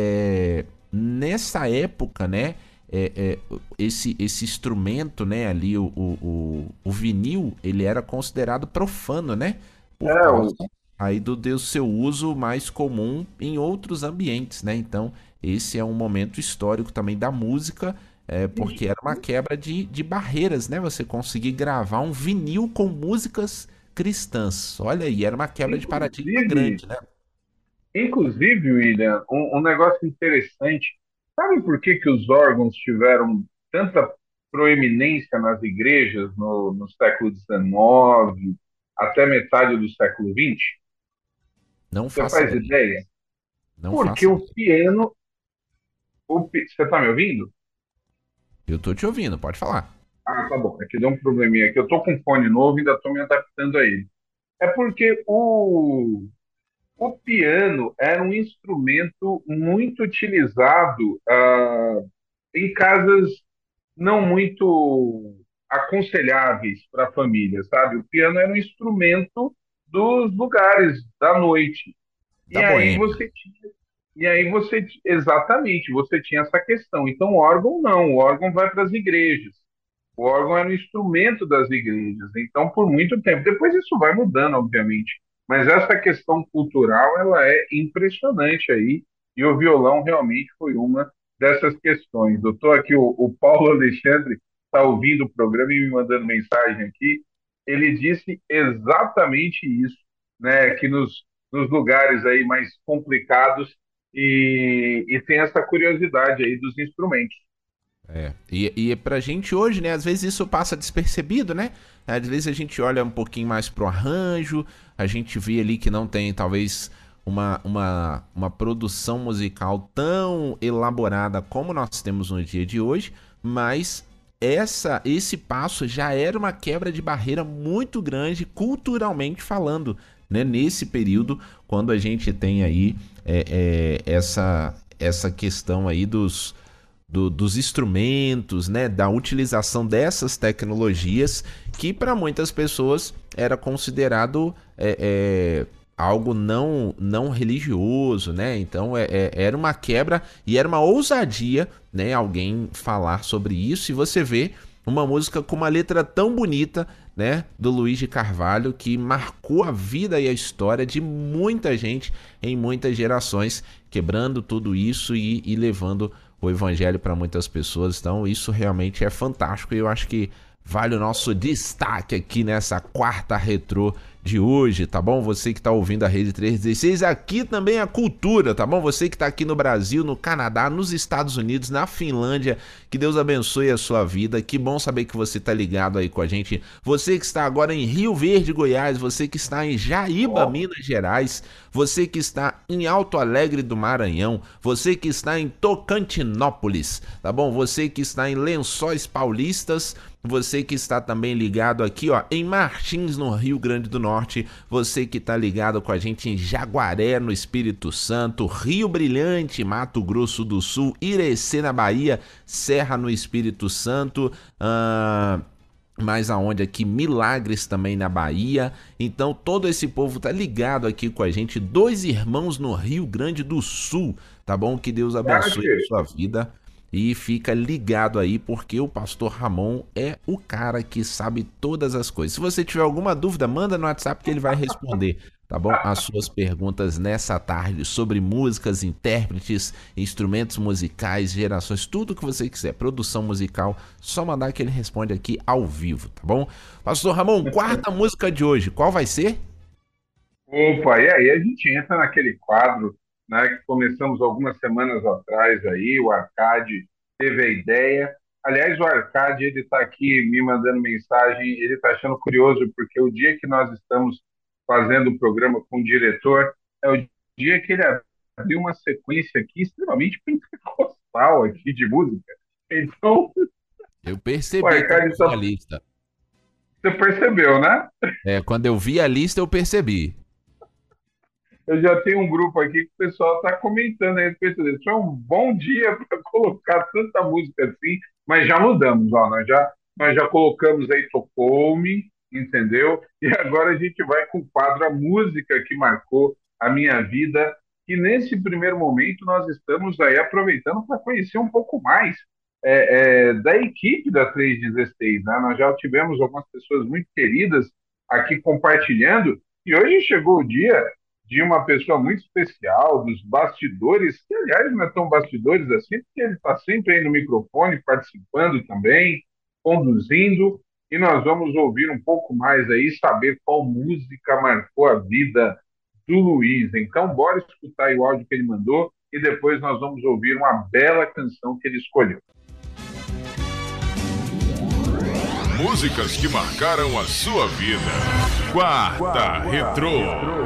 Speaker 2: nessa época, né? Esse instrumento, né? Ali, o vinil, ele era considerado profano, né? Por causa aí do seu uso mais comum em outros ambientes, né? Então, esse é um momento histórico também da música. Porque era uma quebra de barreiras, né? Você conseguir gravar um vinil com músicas cristãs. Olha aí, era uma quebra de paradigma grande, né?
Speaker 3: Inclusive, William, um negócio interessante. Sabe por que os órgãos tiveram tanta proeminência nas igrejas no século XIX, até metade do século XX?
Speaker 2: Não
Speaker 3: Você
Speaker 2: faço
Speaker 3: faz ideia? Porque
Speaker 2: o
Speaker 3: piano... Você está me ouvindo?
Speaker 2: Eu tô te ouvindo, pode falar.
Speaker 3: Ah, tá bom. É que deu um probleminha aqui. Eu tô com fone novo e ainda tô me adaptando a ele. É porque o piano era um instrumento muito utilizado em casas não muito aconselháveis para a família, sabe? O piano era um instrumento dos lugares da noite. Exatamente, você tinha essa questão. Então, o órgão não, o órgão vai para as igrejas. O órgão era um instrumento das igrejas. Então, por muito tempo. Depois isso vai mudando, obviamente. Mas essa questão cultural, ela é impressionante aí. E o violão realmente foi uma dessas questões. Eu estou aqui, o Paulo Alexandre está ouvindo o programa e me mandando mensagem aqui. Ele disse exatamente isso, né? Que nos lugares aí mais complicados e tem essa curiosidade aí dos instrumentos.
Speaker 2: E pra gente hoje, né, às vezes isso passa despercebido, né? Às vezes a gente olha um pouquinho mais pro arranjo, a gente vê ali que não tem, talvez, uma produção musical tão elaborada como nós temos no dia de hoje, mas esse passo já era uma quebra de barreira muito grande culturalmente falando, né? Nesse período, quando a gente tem aí essa questão aí dos instrumentos, né, da utilização dessas tecnologias que para muitas pessoas era considerado algo não religioso, né? Então era uma quebra e era uma ousadia, né, alguém falar sobre isso. E você vê uma música com uma letra tão bonita, né, do Luiz de Carvalho, que marcou a vida e a história de muita gente em muitas gerações, quebrando tudo isso e levando o evangelho para muitas pessoas. Então isso realmente é fantástico e eu acho que vale o nosso destaque aqui nessa quarta retrô de hoje, tá bom? Você que tá ouvindo a Rede 316, aqui também a cultura, tá bom? Você que tá aqui no Brasil, no Canadá, nos Estados Unidos, na Finlândia, que Deus abençoe a sua vida, que bom saber que você tá ligado aí com a gente. Você que está agora em Rio Verde, Goiás, você que está em Jaíba, Minas Gerais, você que está em Alto Alegre do Maranhão, você que está em Tocantinópolis, tá bom? Você que está em Lençóis Paulistas, você que está também ligado aqui, ó, em Martins, no Rio Grande do Norte, você que está ligado com a gente em Jaguaré, no Espírito Santo, Rio Brilhante, Mato Grosso do Sul, Irecê, na Bahia, Serra, no Espírito Santo, mais aonde aqui, Milagres também na Bahia. Então todo esse povo tá ligado aqui com a gente, 2 irmãos no Rio Grande do Sul, tá bom? Que Deus abençoe a sua vida. E fica ligado aí, porque o pastor Ramon é o cara que sabe todas as coisas. Se você tiver alguma dúvida, manda no WhatsApp que ele vai responder, tá bom? As suas perguntas nessa tarde sobre músicas, intérpretes, instrumentos musicais, gerações, tudo que você quiser, produção musical, só mandar que ele responde aqui ao vivo, tá bom? Pastor Ramon, quarta música de hoje, qual vai ser?
Speaker 3: Opa, e aí a gente entra naquele quadro, né, que começamos algumas semanas atrás aí, o Arcade teve a ideia. Aliás, o Arcade, ele está aqui me mandando mensagem, ele está achando curioso, porque o dia que nós estamos fazendo o programa com o diretor, é o dia que ele abriu uma sequência aqui extremamente pentecostal aqui de música. Então,
Speaker 2: eu percebi
Speaker 3: o Arcade
Speaker 2: a lista.
Speaker 3: Você percebeu, né?
Speaker 2: Quando eu vi a lista, eu percebi.
Speaker 3: Eu já tenho um grupo aqui que o pessoal está comentando a respeito disso. Foi um bom dia para colocar tanta música assim, mas já mudamos, ó, nós já colocamos aí Tocou-me, entendeu? E agora a gente vai com o quadro A Música que Marcou a Minha Vida, que nesse primeiro momento nós estamos aí aproveitando para conhecer um pouco mais da equipe da 316, né? Nós já tivemos algumas pessoas muito queridas aqui compartilhando, e hoje chegou o dia de uma pessoa muito especial, dos bastidores, que aliás não é tão bastidores assim, porque ele está sempre aí no microfone, participando também, conduzindo, e nós vamos ouvir um pouco mais aí, saber qual música marcou a vida do Luiz. Então, bora escutar aí o áudio que ele mandou, e depois nós vamos ouvir uma bela canção que ele escolheu.
Speaker 4: Músicas que marcaram a sua vida. Quarta Retrô.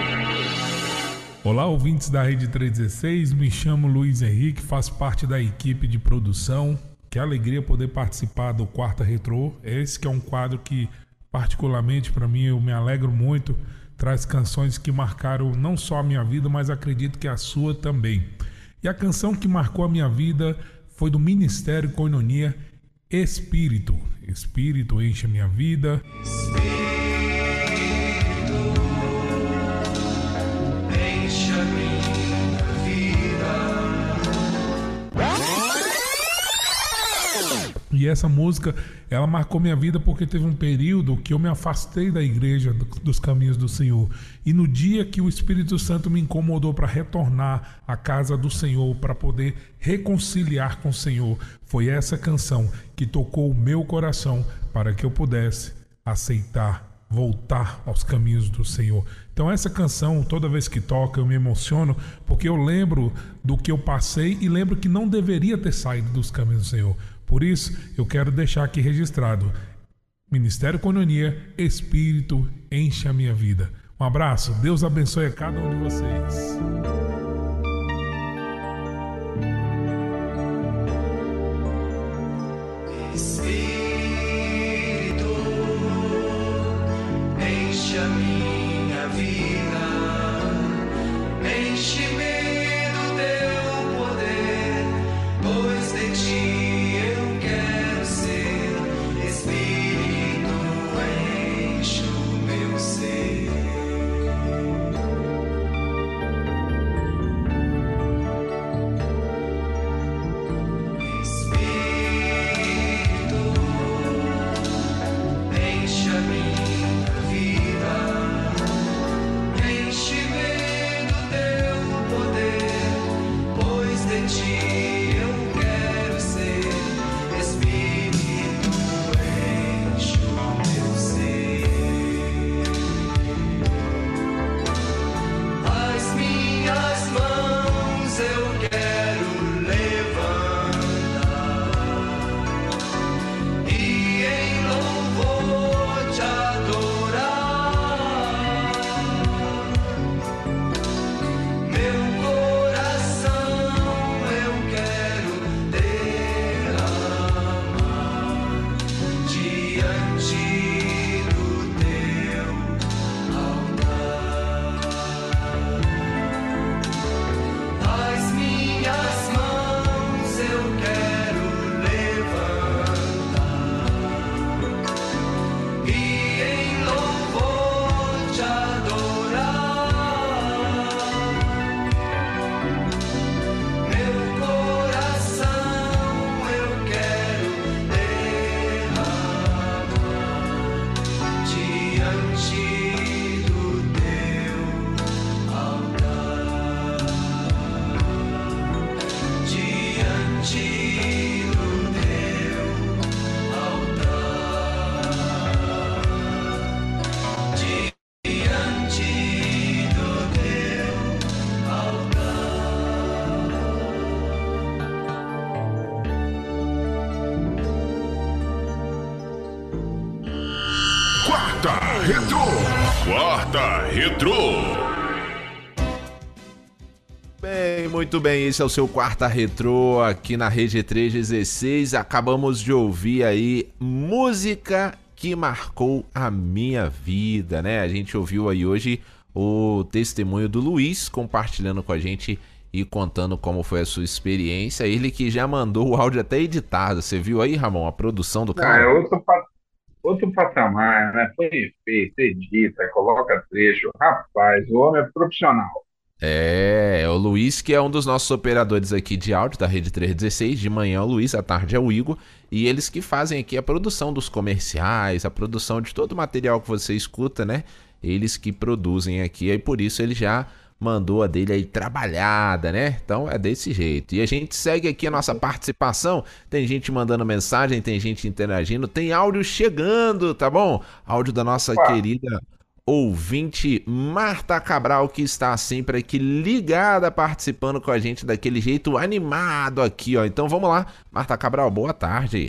Speaker 8: Olá, ouvintes da Rede 316, me chamo Luiz Henrique, faço parte da equipe de produção. Que alegria poder participar do Quarta Retrô. Esse que é um quadro que, particularmente para mim, eu me alegro muito. Traz canções que marcaram não só a minha vida, mas acredito que a sua também. E a canção que marcou a minha vida foi do Ministério Koinonia, Espírito. Espírito enche a minha vida. E essa música, ela marcou minha vida porque teve um período que eu me afastei da igreja, dos caminhos do Senhor. E no dia que o Espírito Santo me incomodou para retornar à casa do Senhor, para poder reconciliar com o Senhor, foi essa canção que tocou o meu coração para que eu pudesse aceitar, voltar aos caminhos do Senhor. Então essa canção, toda vez que toca, eu me emociono, porque eu lembro do que eu passei e lembro que não deveria ter saído dos caminhos do Senhor. Por isso, eu quero deixar aqui registrado: Ministério Koinonia, Espírito enche a minha vida. Um abraço, Deus abençoe a cada um de vocês.
Speaker 5: Espírito
Speaker 4: Quarta Retrô. Quarta Retrô.
Speaker 2: Bem, muito bem, esse é o seu Quarta Retrô aqui na Rede 316. Acabamos de ouvir aí música que marcou a minha vida, né? A gente ouviu aí hoje o testemunho do Luiz compartilhando com a gente e contando como foi a sua experiência. Ele que já mandou o áudio até editado. Você viu aí, Ramon, a produção do
Speaker 3: Não, é
Speaker 2: cara?
Speaker 3: outro patamar, né? Foi feito, edita, coloca trecho. Rapaz, o homem é profissional.
Speaker 2: É o Luiz, que é um dos nossos operadores aqui de áudio da Rede 316. De manhã é o Luiz, à tarde é o Igor. E eles que fazem aqui a produção dos comerciais, a produção de todo o material que você escuta, né? Eles que produzem aqui, e por isso ele já mandou a dele aí trabalhada, né? Então é desse jeito. E a gente segue aqui a nossa participação. Tem gente mandando mensagem, tem gente interagindo, tem áudio chegando, tá bom? Áudio da nossa querida ouvinte Marta Cabral, que está sempre aqui ligada, participando com a gente daquele jeito animado aqui, ó. Então vamos lá, Marta Cabral, boa tarde.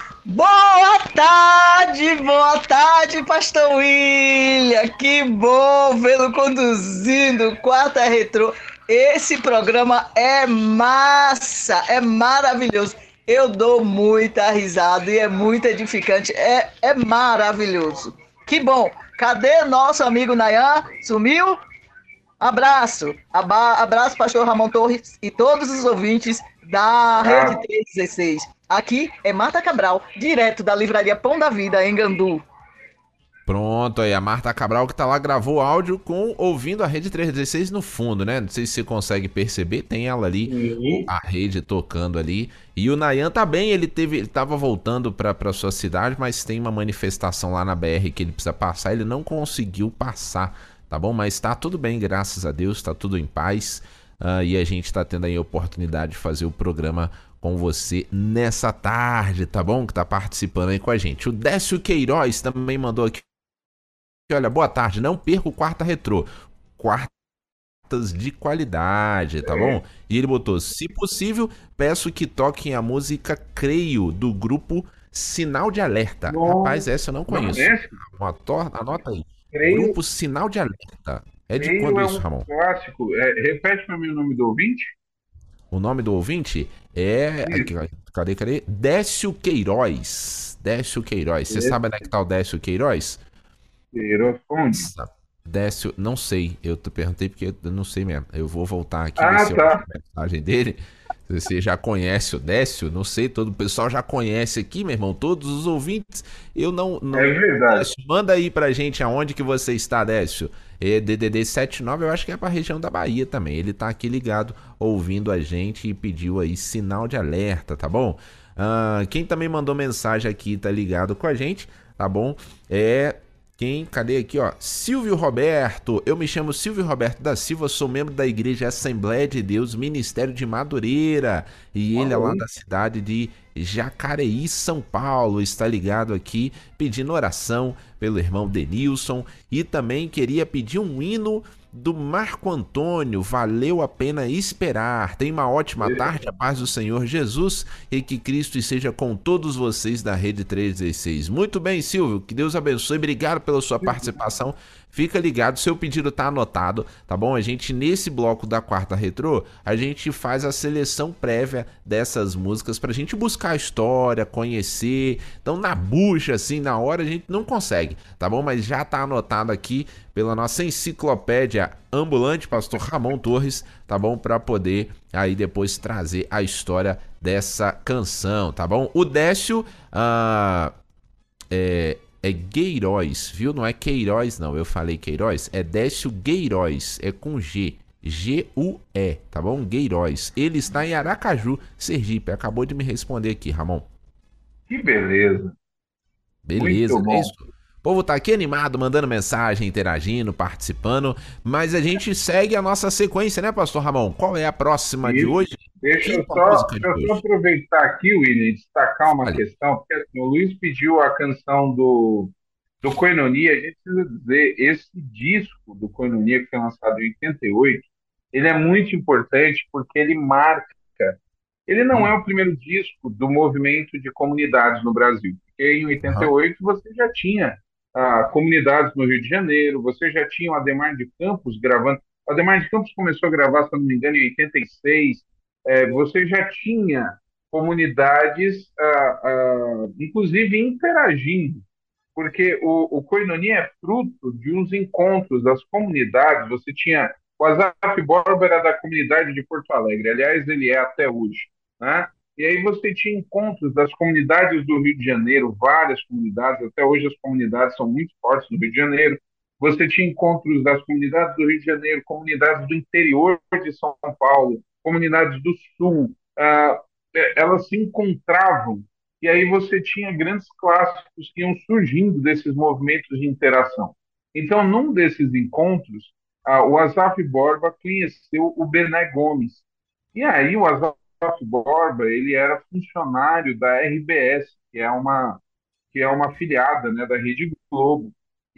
Speaker 9: Boa tarde, Pastor William. Que bom vê-lo conduzindo Quarta Retrô. Esse programa é massa, é maravilhoso. Eu dou muita risada e é muito edificante. É maravilhoso. Que bom. Cadê nosso amigo Nayan? Sumiu? Abraço. Abraço, Pastor Ramon Torres e todos os ouvintes da Rede 316. Aqui é Marta Cabral, direto da Livraria Pão da Vida, em Gandu.
Speaker 2: Pronto, aí a Marta Cabral que tá lá gravou áudio ouvindo a Rede 316 no fundo, né? Não sei se você consegue perceber, tem ela ali, a rede tocando ali. E o Nayan tá bem, ele tava voltando pra sua cidade, mas tem uma manifestação lá na BR que ele precisa passar, ele não conseguiu passar, tá bom? Mas tá tudo bem, graças a Deus, tá tudo em paz. E a gente tá tendo aí a oportunidade de fazer o programa com você nessa tarde, tá bom? Que tá participando aí com a gente. O Décio Queiroz também mandou aqui. Olha, boa tarde, não perca o Quarta Retrô. Quartas de qualidade, tá bom? E ele botou, se possível, peço que toquem a música Creio, do grupo Sinal de Alerta. Rapaz, essa eu não conheço. Anota aí.
Speaker 3: Creio,
Speaker 2: Grupo Sinal de Alerta. É de
Speaker 3: Creio
Speaker 2: quando
Speaker 3: é
Speaker 2: isso,
Speaker 3: um
Speaker 2: Ramon?
Speaker 3: clássico. Repete para mim o nome do ouvinte.
Speaker 2: O nome do ouvinte é... Aqui, cadê? Décio Queiroz. Décio Queiroz. Você sabe onde é que tá o Décio Queiroz? Décio, não sei. Eu te perguntei porque eu não sei mesmo. Eu vou voltar aqui ver se eu acho a mensagem dele. Você já conhece o Décio? Não sei, todo o pessoal já conhece aqui, meu irmão. Todos os ouvintes. Eu não.
Speaker 3: É verdade.
Speaker 2: Décio, manda aí pra gente aonde que você está, Décio. DDD 79, eu acho que é pra região da Bahia também. Ele tá aqui ligado, ouvindo a gente e pediu aí sinal de alerta, tá bom? Quem também mandou mensagem aqui, tá ligado com a gente, tá bom? Cadê aqui, ó? Silvio Roberto. Eu me chamo Silvio Roberto da Silva, sou membro da Igreja Assembleia de Deus, Ministério de Madureira. E ele é lá da cidade de Jacareí, São Paulo. Está ligado aqui, pedindo oração pelo irmão Denilson. E também queria pedir um hino do Marco Antônio, valeu a pena esperar. Tenha uma ótima tarde, a paz do Senhor Jesus e que Cristo esteja com todos vocês da Rede 316. Muito bem, Silvio, que Deus abençoe, obrigado pela sua participação. Fica ligado, seu pedido tá anotado, tá bom? A gente, nesse bloco da Quarta Retrô, a gente faz a seleção prévia dessas músicas pra gente buscar a história, conhecer. Então, na bucha, assim, na hora, a gente não consegue, tá bom? Mas já tá anotado aqui pela nossa enciclopédia ambulante, Pastor Ramon Torres, tá bom? Pra poder aí depois trazer a história dessa canção, tá bom? O Décio, é Gueiroz, viu? Não é Queiroz, não. Eu falei Queiroz. É Décio Gueiroz. É com G. G-U-E, tá bom? Gueiroz. Ele está em Aracaju, Sergipe. Acabou de me responder aqui, Ramon.
Speaker 3: Que beleza.
Speaker 2: Beleza,
Speaker 3: Muito bom.
Speaker 2: é isso. O povo tá aqui animado, mandando mensagem, interagindo, participando. Mas a gente segue a nossa sequência, né, Pastor Ramon? Qual é a próxima de hoje?
Speaker 3: Deixa eu só aproveitar aqui, William, e destacar uma questão, porque assim, o Luiz pediu a canção do Koinonia. A gente precisa dizer, esse disco do Koinonia, que foi lançado em 88, ele é muito importante porque ele marca. Ele não é o primeiro disco do movimento de comunidades no Brasil, porque em 88 você já tinha comunidades no Rio de Janeiro, você já tinha o Adhemar de Campos gravando. O Adhemar de Campos começou a gravar, se não me engano, em 86. Você já tinha comunidades, inclusive, interagindo, porque o Koinonia é fruto de uns encontros das comunidades. Você tinha o Azaf Borba era da comunidade de Porto Alegre, aliás, ele é até hoje, né? E aí você tinha encontros das comunidades do Rio de Janeiro, várias comunidades, até hoje as comunidades são muito fortes no Rio de Janeiro. Você tinha encontros das comunidades do Rio de Janeiro, comunidades do interior de São Paulo, comunidades do Sul, elas se encontravam, e aí você tinha grandes clássicos que iam surgindo desses movimentos de interação. Então, num desses encontros, o Azaf Borba conheceu o Bené Gomes. E aí o Azaf Borba, ele era funcionário da RBS, que é uma afiliada, né, da Rede Globo.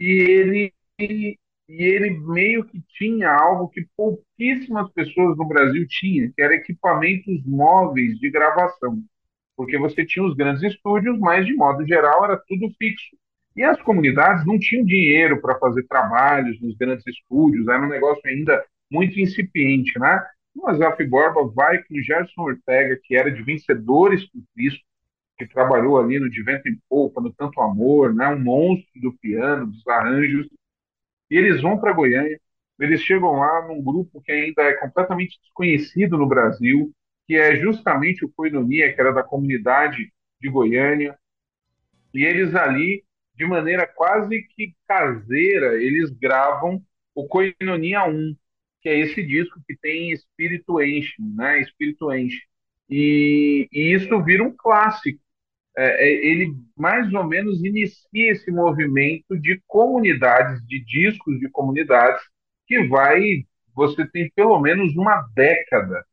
Speaker 3: E ele meio que tinha algo que pouquíssimas pessoas no Brasil tinham, que era equipamentos móveis de gravação, porque você tinha os grandes estúdios, mas de modo geral era tudo fixo. E as comunidades não tinham dinheiro para fazer trabalhos nos grandes estúdios, era um negócio ainda muito incipiente, né? O Azaf Borba vai com o Gerson Ortega, que era de Vencedores por Cristo, que trabalhou ali no De Vento em Polpa, no Tanto Amor, né? Um monstro do piano, dos arranjos, e eles vão para Goiânia, eles chegam lá num grupo que ainda é completamente desconhecido no Brasil, que é justamente o Koinonia, que era da comunidade de Goiânia, e eles ali, de maneira quase que caseira, eles gravam o Koinonia 1, que é esse disco que tem Espírito Enche, né? Espírito Enche. E isso vira um clássico. Ele mais ou menos inicia esse movimento de comunidades, de discos de comunidades, que você tem pelo menos uma década,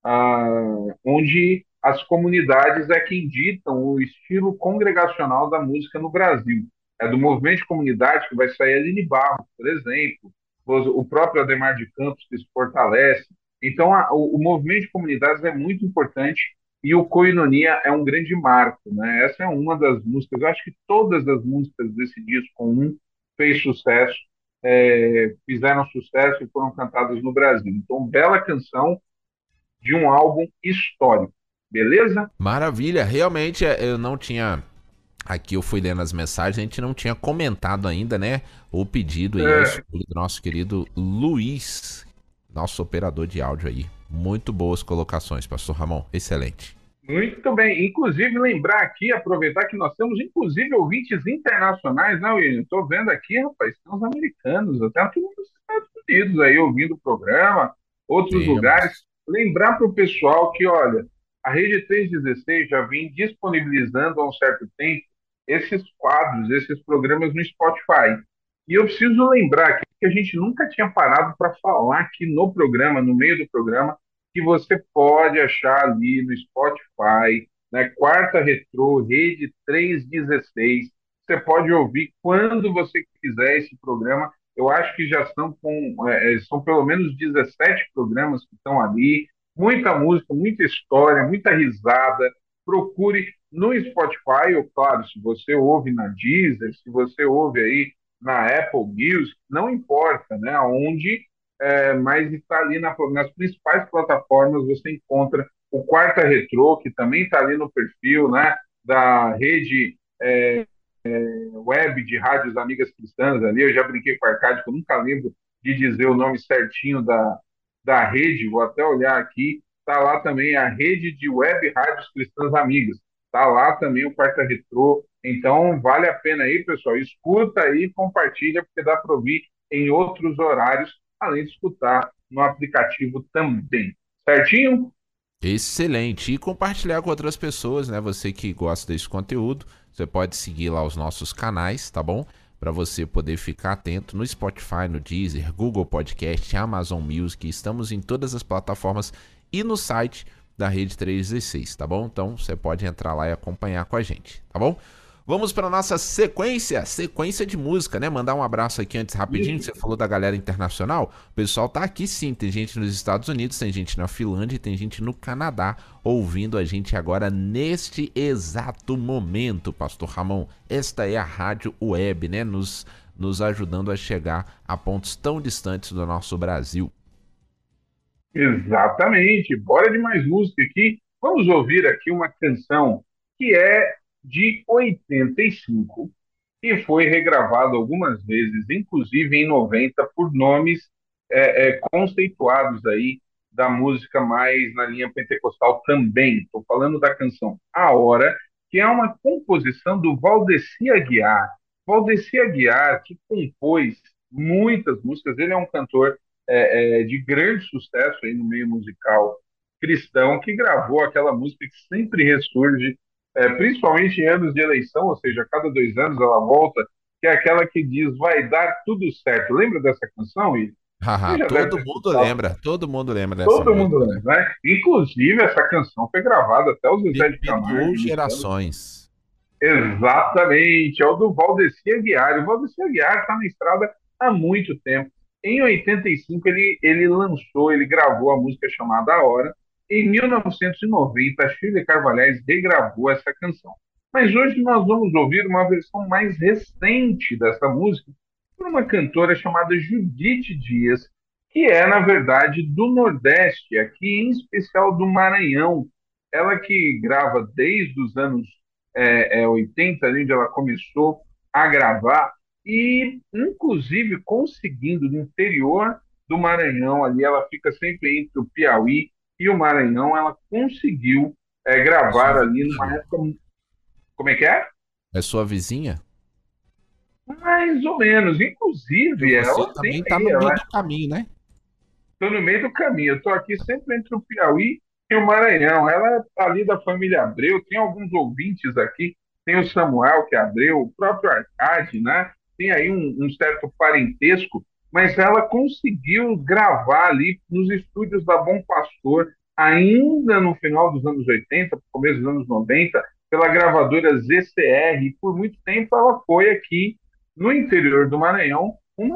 Speaker 3: onde as comunidades é quem ditam o estilo congregacional da música no Brasil. É do movimento de comunidade que vai sair Aline Barros, por exemplo, o próprio Adhemar de Campos, que se fortalece. Então, o movimento de comunidades é muito importante, e o Koinonia é um grande marco, né? Essa é uma das músicas, eu acho que todas as músicas desse disco 1 fez sucesso, fizeram sucesso e foram cantadas no Brasil. Então, bela canção de um álbum histórico, beleza?
Speaker 2: Maravilha, realmente eu não tinha... Aqui eu fui lendo as mensagens, a gente não tinha comentado ainda, né? O pedido aí do nosso querido Luiz, nosso operador de áudio aí. Muito boas colocações, pastor Ramon. Excelente.
Speaker 3: Muito bem. Inclusive, lembrar aqui, aproveitar que nós temos, inclusive, ouvintes internacionais, né, William? Estou vendo aqui, rapaz, tem uns americanos, até aqui nos Estados Unidos aí, ouvindo o programa, outros lugares. Lembrar para o pessoal que, olha, a Rede 316 já vem disponibilizando há um certo tempo esses quadros, esses programas no Spotify. E eu preciso lembrar aqui que a gente nunca tinha parado para falar aqui no programa, no meio do programa, que você pode achar ali no Spotify, né, Quarta Retrô, Rede 316. Você pode ouvir quando você quiser esse programa. Eu acho que já são pelo menos 17 programas que estão ali. Muita música, muita história, muita risada. Procure no Spotify, ou claro, se você ouve na Deezer, se você ouve aí na Apple Music, não importa, né, onde, mas está ali nas principais plataformas, você encontra o Quarta Retrô, que também está ali no perfil, né, da rede web de rádios Amigas Cristãs ali. Eu já brinquei com a Arcade, que eu nunca lembro de dizer o nome certinho da rede, vou até olhar aqui. Está lá também a rede de web rádios Cristãs Amigas, está lá também o Quarta Retrô. Então vale a pena aí, pessoal, escuta aí, compartilha, porque dá para ouvir em outros horários, além de escutar no aplicativo também. Certinho?
Speaker 2: Excelente. E compartilhar com outras pessoas, né? Você que gosta desse conteúdo, você pode seguir lá os nossos canais, tá bom? Para você poder ficar atento no Spotify, no Deezer, Google Podcast, Amazon Music. Estamos em todas as plataformas e no site da Rede 316, tá bom? Então você pode entrar lá e acompanhar com a gente, tá bom? Vamos para nossa sequência de música, né? Mandar um abraço aqui antes rapidinho, você falou da galera internacional. O pessoal tá aqui sim, tem gente nos Estados Unidos, tem gente na Finlândia e tem gente no Canadá ouvindo a gente agora neste exato momento, Pastor Ramon. Esta é a Rádio Web, né? Nos ajudando a chegar a pontos tão distantes do nosso Brasil.
Speaker 3: Exatamente. Bora de mais música aqui. Vamos ouvir aqui uma canção que é de 85 e foi regravada algumas vezes, inclusive em 90, por nomes conceituados aí da música mais na linha pentecostal também. Estou falando da canção A Hora, que é uma composição do Valdeci Aguiar. Valdeci Aguiar, que compôs muitas músicas, ele é um cantor de grande sucesso aí no meio musical cristão, que gravou aquela música que sempre ressurge, principalmente em anos de eleição, ou seja, a cada 2 anos ela volta, que é aquela que diz, vai dar tudo certo. Lembra dessa canção, Ili?
Speaker 2: Todo mundo lembra dessa
Speaker 3: Todo
Speaker 2: música,
Speaker 3: mundo lembra, né? Inclusive, essa canção foi gravada até o Zezé de Camargo.
Speaker 2: Gerações.
Speaker 3: Exatamente, é o do Valdeci Aguiar. O Valdeci Aguiar está na estrada há muito tempo. Em 85, ele gravou a música chamada A Hora. Em 1990, a Shirley Carvalhais regravou essa canção. Mas hoje nós vamos ouvir uma versão mais recente dessa música por uma cantora chamada Judite Dias, que é, na verdade, do Nordeste, aqui em especial do Maranhão. Ela que grava desde os anos 80, ali onde ela começou a gravar, e inclusive conseguindo no interior do Maranhão, ali ela fica sempre entre o Piauí e o Maranhão, ela conseguiu gravar ali numa época... Como é que é?
Speaker 2: É sua vizinha?
Speaker 3: Mais ou menos, inclusive ela
Speaker 2: também está no meio do caminho, né?
Speaker 3: Estou no meio do caminho, eu estou aqui sempre entre o Piauí e o Maranhão. Ela é ali da família Abreu, tem alguns ouvintes aqui, tem o Samuel, que é Abreu, o próprio Arcade, né? Tem aí um certo parentesco, mas ela conseguiu gravar ali nos estúdios da Bom Pastor, ainda no final dos anos 80, começo dos anos 90, pela gravadora ZCR, e por muito tempo ela foi aqui no interior do Maranhão um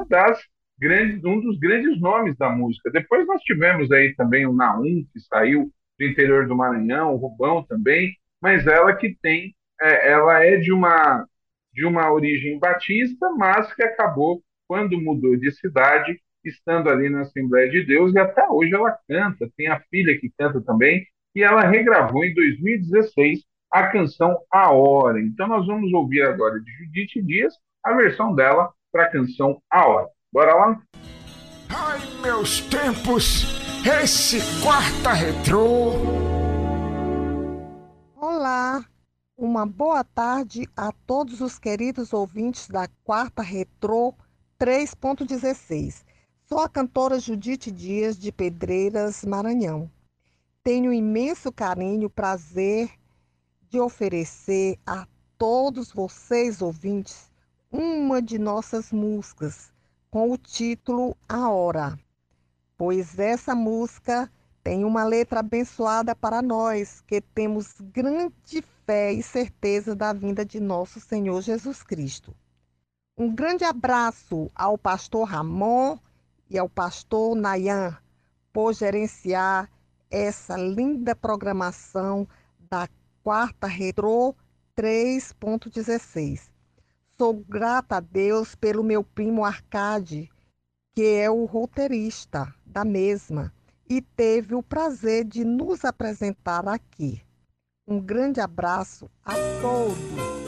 Speaker 3: dos grandes nomes da música. Depois nós tivemos aí também o Naum, que saiu do interior do Maranhão, o Rubão também, mas ela que tem, ela é de uma origem batista, mas que acabou, quando mudou de cidade, estando ali na Assembleia de Deus, e até hoje ela canta, tem a filha que canta também, e ela regravou em 2016 a canção A Hora. Então nós vamos ouvir agora de Judite Dias a versão dela para a canção A Hora. Bora lá?
Speaker 6: Ai, meus tempos, esse Quarta Retrô.
Speaker 10: Olá, uma boa tarde a todos os queridos ouvintes da Quarta Retrô 3.16. Sou a cantora Judite Dias, de Pedreiras, Maranhão. Tenho imenso carinho e prazer de oferecer a todos vocês, ouvintes, uma de nossas músicas, com o título A Hora, pois essa música tem uma letra abençoada para nós, que temos grande fé e certeza da vinda de nosso Senhor Jesus Cristo. Um grande abraço ao pastor Ramon e ao pastor Nayan, por gerenciar essa linda programação da Quarta Retrô 3.16. Sou grata a Deus pelo meu primo Arcade, que é o roteirista da mesma, e teve o prazer de nos apresentar aqui. Um grande abraço a todos.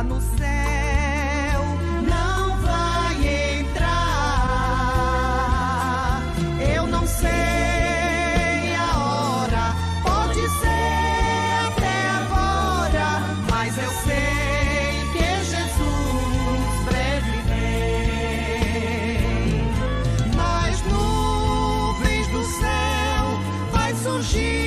Speaker 11: lá no céu não vai entrar. Eu não sei a hora, pode ser até agora, mas eu sei que Jesus breve vem. Nas nuvens do céu vai surgir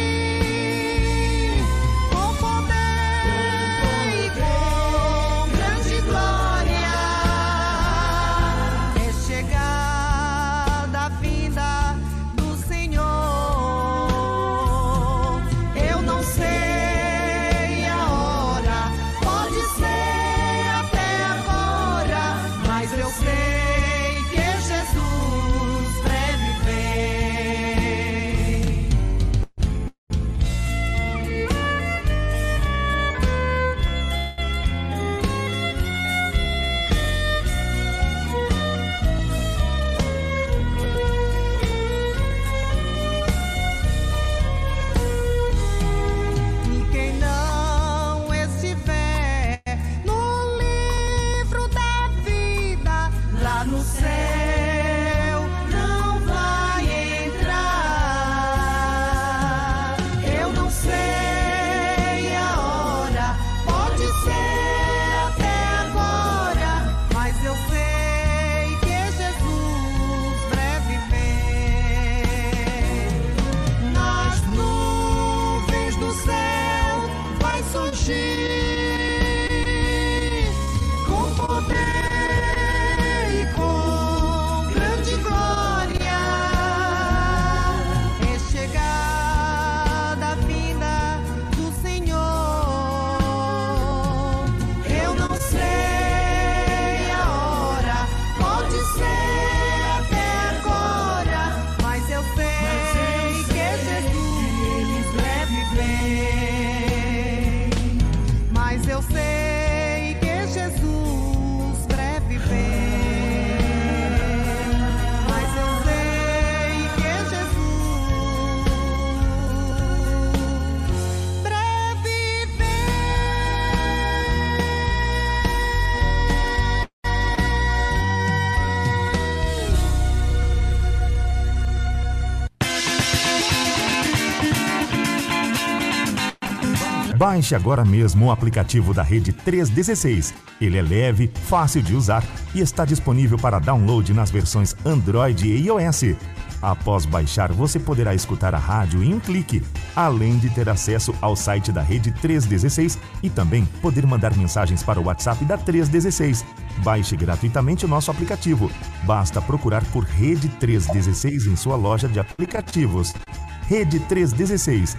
Speaker 1: Baixe agora mesmo o aplicativo da Rede 316. Ele é leve, fácil de usar e está disponível para download nas versões Android e iOS. Após baixar, você poderá escutar a rádio em um clique, além de ter acesso ao site da Rede 316 e também poder mandar mensagens para o WhatsApp da 316. Baixe gratuitamente o nosso aplicativo. Basta procurar por Rede 316 em sua loja de aplicativos. Rede 316,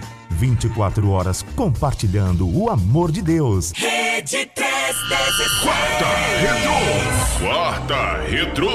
Speaker 1: 24 horas compartilhando o amor de Deus.
Speaker 4: Rede 316. Quarta Retrô.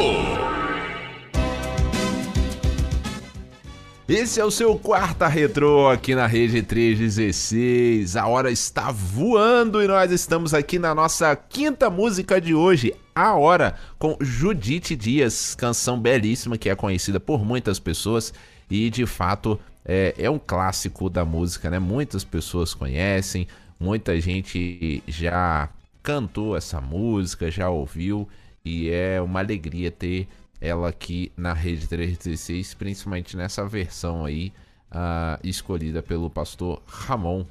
Speaker 2: Esse é o seu Quarta Retrô aqui na Rede 316. A hora está voando e nós estamos aqui na nossa quinta música de hoje, A Hora, com Judite Dias, canção belíssima que é conhecida por muitas pessoas e de fato é um clássico da música, né? Muitas pessoas conhecem, muita gente já cantou essa música, já ouviu e é uma alegria ter ela aqui na Rede 316, principalmente nessa versão aí escolhida pelo pastor Ramon.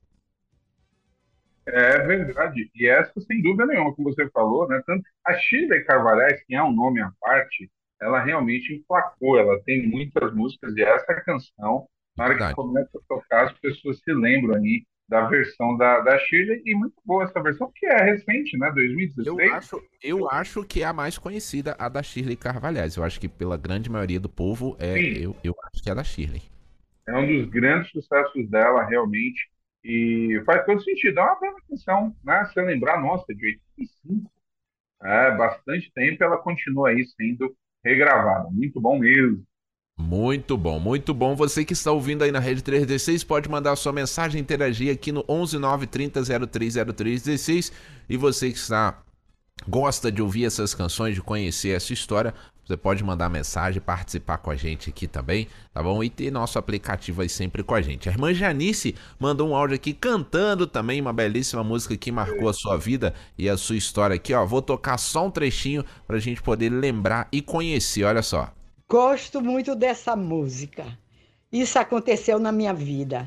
Speaker 3: É verdade, e essa sem dúvida nenhuma, como você falou, né? Tanto a Shirley Carvalhais, que é um nome à parte, ela realmente emplacou, ela tem muitas músicas e essa canção, na hora que começa a tocar, as pessoas se lembram aí da versão da Shirley, e muito boa essa versão, que é recente, né, 2016.
Speaker 2: Eu acho que é a mais conhecida, a da Shirley Carvalhais. Eu acho que pela grande maioria do povo, eu acho que é a da Shirley.
Speaker 3: É um dos grandes sucessos dela, realmente, e faz todo sentido. É uma bela canção, né, se lembrar, nossa, de 85, bastante tempo, ela continua aí sendo regravada. Muito bom mesmo.
Speaker 2: Muito bom, muito bom. Você que está ouvindo aí na Rede 316 pode mandar sua mensagem, interagir aqui no 11 930 030316. E você que está gosta de ouvir essas canções, de conhecer essa história, você pode mandar mensagem, participar com a gente aqui também, tá bom? E ter nosso aplicativo aí sempre com a gente. A irmã Janice mandou um áudio aqui cantando também uma belíssima música que marcou a sua vida e a sua história aqui, ó. Vou tocar só um trechinho pra gente poder lembrar e conhecer, olha só.
Speaker 12: Gosto muito dessa música. Isso aconteceu na minha vida.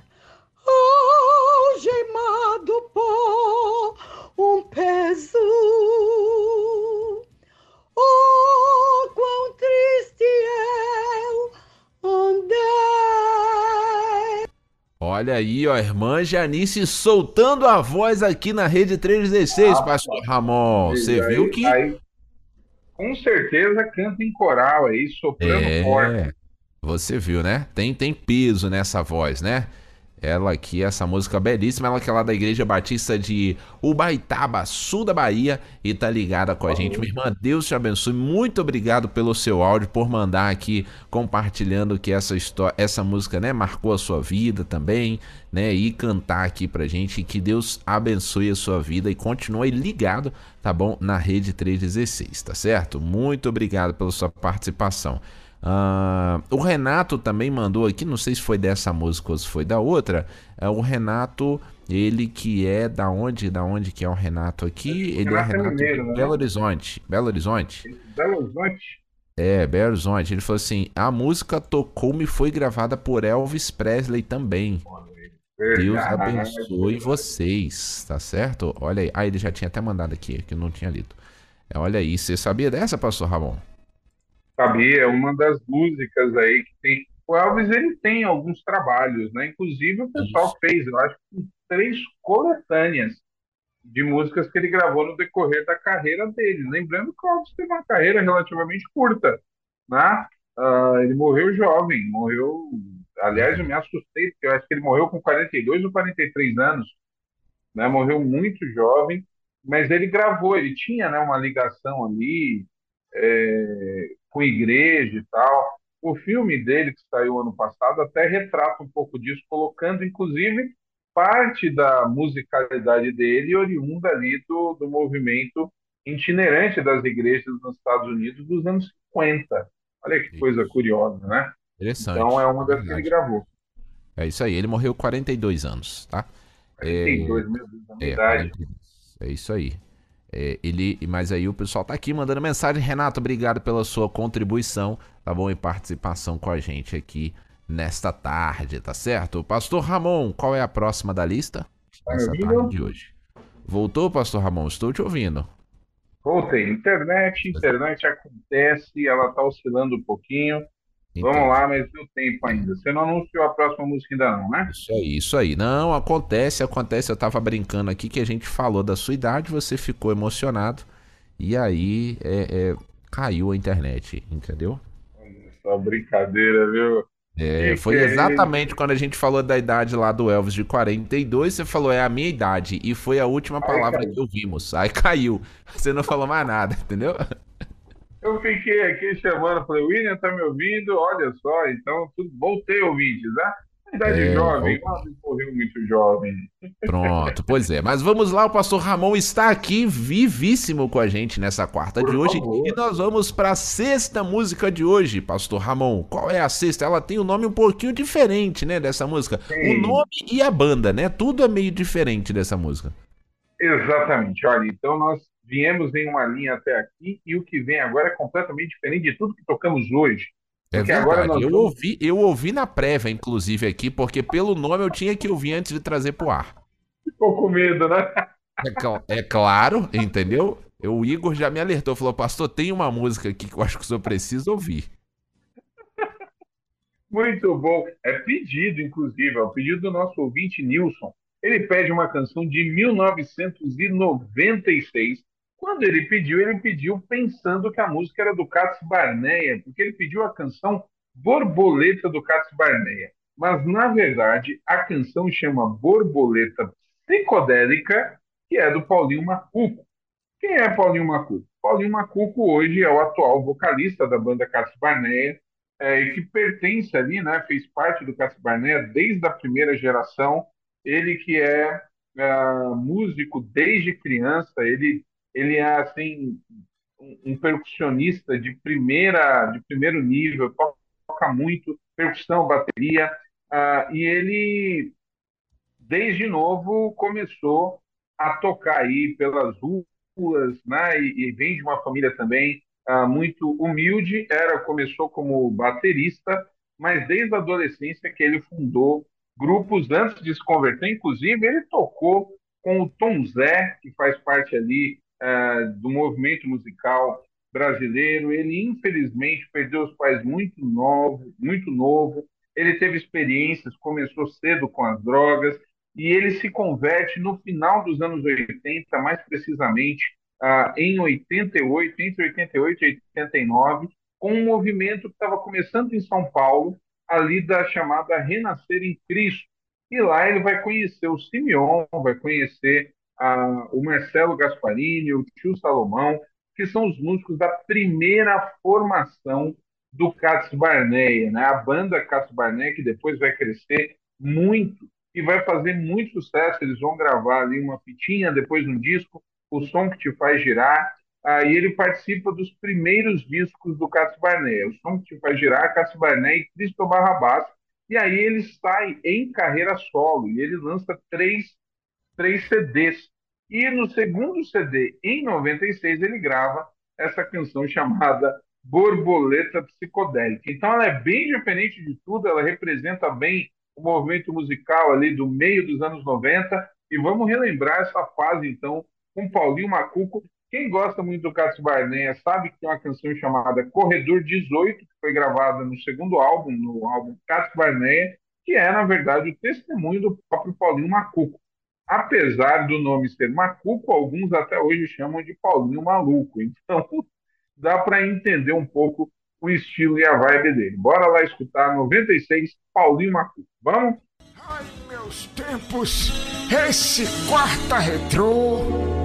Speaker 12: Algemado por um peso. Oh, quão triste eu andei.
Speaker 2: Olha aí, ó, a irmã Janice soltando a voz aqui na Rede 316, pastor Ramon. Você viu que...
Speaker 3: Aí, com certeza canta em coral aí, soprando forte.
Speaker 2: Você viu, né? Tem peso nessa voz, né? Ela aqui, essa música belíssima, ela que é lá da Igreja Batista de Ubaitaba, sul da Bahia, e tá ligada com a gente. Minha irmã, Deus te abençoe. Muito obrigado pelo seu áudio, por mandar aqui, compartilhando que essa história, essa música, né, marcou a sua vida também, né, e cantar aqui pra gente. Que Deus abençoe a sua vida e continue ligado, tá bom? Na Rede 316, tá certo? Muito obrigado pela sua participação. O Renato também mandou aqui, não sei se foi dessa música ou se foi da outra. O Renato, ele que é da onde que é o Renato aqui? Ele é Renato
Speaker 3: Mineiro,
Speaker 2: de
Speaker 3: né?
Speaker 2: Belo Horizonte. Belo Horizonte?
Speaker 3: Belo Horizonte?
Speaker 2: É, Belo Horizonte. Ele falou assim: a música Tocou-me foi gravada por Elvis Presley também. Deus abençoe vocês, tá certo? Olha aí. Ah, ele já tinha até mandado aqui, que eu não tinha lido. Olha aí, você sabia dessa, pastor Ramon?
Speaker 3: Sabia, é uma das músicas aí que tem. O Elvis, ele tem alguns trabalhos, né? Inclusive o pessoal fez, eu acho que 3 coletâneas de músicas que ele gravou no decorrer da carreira dele. Lembrando que o Elvis teve uma carreira relativamente curta, né? Ele morreu jovem, morreu... Aliás, eu me assustei, porque eu acho que ele morreu com 42 ou 43 anos, né? Morreu muito jovem, mas ele gravou, ele tinha, né, uma ligação ali, com igreja e tal. O filme dele, que saiu ano passado, até retrata um pouco disso, colocando, inclusive, parte da musicalidade dele oriunda ali do movimento itinerante das igrejas nos Estados Unidos dos anos 50. Olha que coisa curiosa, né?
Speaker 2: Interessante.
Speaker 3: Então, é uma das que ele gravou.
Speaker 2: É isso aí, ele morreu 42 anos, tá?
Speaker 3: 42, meu Deus, a minha idade.
Speaker 2: 42. É isso aí. Mas aí o pessoal tá aqui mandando mensagem. Renato, obrigado pela sua contribuição, tá bom? E participação com a gente aqui nesta tarde, tá certo? Pastor Ramon, qual é a próxima da lista? Nessa tarde de hoje. Voltou, Pastor Ramon? Estou te ouvindo.
Speaker 3: Voltei. Internet acontece, ela tá oscilando um pouquinho. Vamos lá, mas deu tempo ainda. Você não anunciou a próxima música ainda não, né?
Speaker 2: Isso aí. Não, acontece. Eu tava brincando aqui que a gente falou da sua idade, você ficou emocionado e aí caiu a internet, entendeu?
Speaker 3: Só brincadeira, viu?
Speaker 2: Foi exatamente quando a gente falou da idade lá do Elvis de 42, você falou, é a minha idade, e foi a última palavra que ouvimos. Aí caiu. Você não falou mais nada, entendeu?
Speaker 3: Eu fiquei aqui chamando, falei, William, tá me ouvindo? Olha só, então voltei ouvintes, né? Idade jovem, o Elvis morreu muito jovem.
Speaker 2: Pronto, pois é. Mas vamos lá, o pastor Ramon está aqui vivíssimo com a gente nessa quarta de hoje. E nós vamos para a 6ª música de hoje, pastor Ramon. Qual é a 6ª? Ela tem um nome um pouquinho diferente, né, dessa música. Sim. O nome e a banda, né? Tudo é meio diferente dessa música.
Speaker 3: Exatamente. Olha, então nós viemos em uma linha até aqui e o que vem agora é completamente diferente de tudo que tocamos hoje.
Speaker 2: É verdade, eu ouvi na prévia, inclusive, aqui, porque pelo nome eu tinha que ouvir antes de trazer pro ar.
Speaker 3: Ficou com medo, né?
Speaker 2: É claro, entendeu? O Igor já me alertou, falou, pastor, tem uma música aqui que eu acho que o senhor precisa ouvir.
Speaker 3: Muito bom. É pedido, inclusive, é o pedido do nosso ouvinte Nilson. Ele pede uma canção de 1996. Quando ele pediu pensando que a música era do Cássio Barneia, porque ele pediu a canção Borboleta do Cássio Barneia. Mas, na verdade, a canção chama Borboleta Psicodélica, que é do Paulinho Macuco. Quem é Paulinho Macuco? Paulinho Macuco hoje é o atual vocalista da banda Cássio Barneia, e que pertence ali, né, fez parte do Cássio Barneia desde a primeira geração. Ele que é músico desde criança, ele Ele é assim um percussionista de primeiro nível, toca muito percussão, bateria, e ele desde novo começou a tocar aí pelas ruas, né? E vem de uma família também muito humilde. Começou como baterista, mas desde a adolescência que ele fundou grupos antes de se converter. Inclusive, ele tocou com o Tom Zé, que faz parte ali do movimento musical brasileiro. Ele, infelizmente, perdeu os pais muito novo, muito novo. Ele teve experiências, começou cedo com as drogas, e ele se converte no final dos anos 80, mais precisamente em 88, entre 88 e 89, com um movimento que estava começando em São Paulo, ali da chamada Renascer em Cristo. E lá ele vai conhecer o Simeon, vai conhecer o Marcelo Gasparini, o Tio Salomão, que são os músicos da primeira formação do Cats Barneia, né? A banda Cats Barneia, que depois vai crescer muito e vai fazer muito sucesso. Eles vão gravar ali uma fitinha, depois um disco, O Som Que Te Faz Girar, e ele participa dos primeiros discos do Cats Barneia, O Som Que Te Faz Girar, Cats Barneia e Cristo Barrabás, e aí ele sai em carreira solo, e ele lança três CDs. E no segundo CD, em 96, ele grava essa canção chamada Borboleta Psicodélica. Então ela é bem diferente de tudo, ela representa bem o movimento musical ali do meio dos anos 90, e vamos relembrar essa fase, então, com Paulinho Macuco. Quem gosta muito do Cats Barneia sabe que tem uma canção chamada Corredor 18, que foi gravada no segundo álbum, no álbum Cats Barneia, que é, na verdade, o testemunho do próprio Paulinho Macuco. Apesar do nome ser Macuco, alguns até hoje chamam de Paulinho Maluco. Então, dá para entender um pouco o estilo e a vibe dele. Bora lá escutar 96, Paulinho Macuco. Vamos?
Speaker 6: Ai, meus tempos, esse quarta retrô.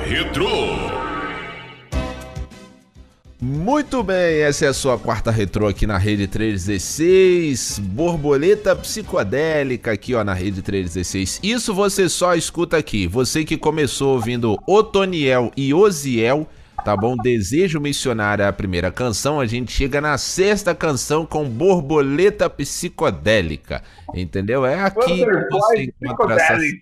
Speaker 4: Retrô.
Speaker 2: Muito bem, essa é a sua quarta retrô aqui na Rede 316, borboleta psicodélica aqui ó na Rede 316. Isso você só escuta aqui, você que começou ouvindo Otoniel e Oziel, tá bom? Desejo Missionário é a primeira canção, a gente chega na sexta canção com borboleta psicodélica, entendeu? É aqui que você encontra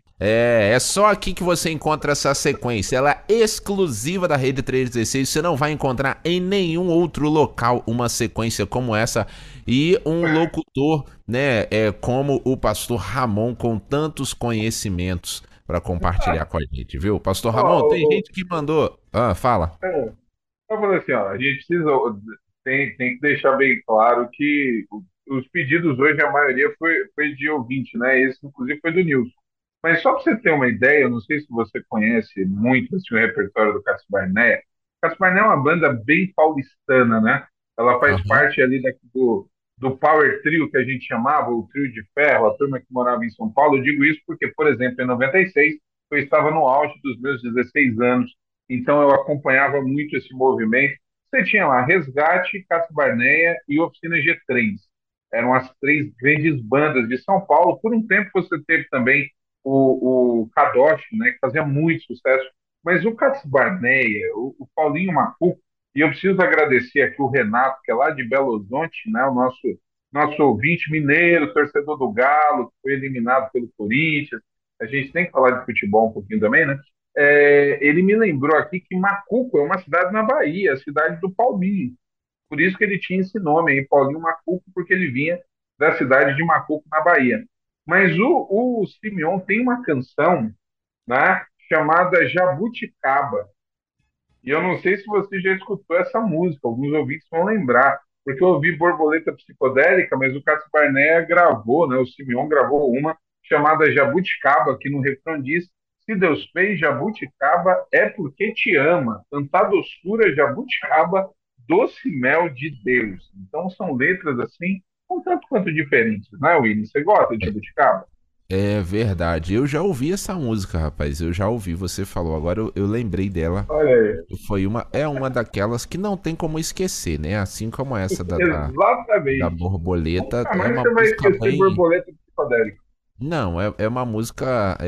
Speaker 2: é só aqui que você encontra essa sequência, ela é exclusiva da Rede 316, você não vai encontrar em nenhum outro local uma sequência como essa e um locutor, né, como o pastor Ramon com tantos conhecimentos para compartilhar com a gente, viu? Pastor Ramon, tem gente que mandou... fala.
Speaker 3: Eu falei assim, ó, a gente precisa... Tem que deixar bem claro que os pedidos hoje, a maioria foi de ouvinte, né? Esse, inclusive, foi do Nilson. Mas só para você ter uma ideia, eu não sei se você conhece muito assim, o repertório do Cássio Barneia. Cássio Barneia é uma banda bem paulistana, né? Ela faz parte ali do Power Trio que a gente chamava, o Trio de Ferro, a turma que morava em São Paulo. Eu digo isso porque, por exemplo, em 96, eu estava no auge dos meus 16 anos, então eu acompanhava muito esse movimento. Você tinha lá Resgate, Cássio Barneia e Oficina G3. Eram as três grandes bandas de São Paulo. Por um tempo você teve também o Kadoshi, né, que fazia muito sucesso, mas o Cássio Barneia, o Paulinho Macuco, e eu preciso agradecer aqui o Renato, que é lá de Belo Horizonte, né, o nosso ouvinte mineiro, torcedor do Galo, que foi eliminado pelo Corinthians, a gente tem que falar de futebol um pouquinho também, né, ele me lembrou aqui que Macuco é uma cidade na Bahia, a cidade do Paulinho, por isso que ele tinha esse nome aí, Paulinho Macuco, porque ele vinha da cidade de Macuco, na Bahia. Mas o Simeon tem uma canção, né, chamada Jabuticaba. E eu não sei se você já escutou essa música, alguns ouvintes vão lembrar, porque eu ouvi Borboleta Psicodélica, mas o Cássio Barneia gravou, né, o Simeon gravou uma chamada Jabuticaba, que no refrão diz: se Deus fez jabuticaba é porque te ama, tanta doçura jabuticaba, doce mel de Deus. Então são letras assim, um tanto quanto diferentes, né, Willy? Você gosta de jabuticaba?
Speaker 2: É verdade, eu já ouvi essa música, rapaz, eu já ouvi, você falou, agora eu lembrei dela.
Speaker 3: Olha aí.
Speaker 2: É uma daquelas que não tem como esquecer, né? Assim como essa da borboleta.
Speaker 3: Nunca mais
Speaker 2: é uma
Speaker 3: você vai
Speaker 2: música
Speaker 3: esquecer Borboleta Psicodélica.
Speaker 2: Não, é uma música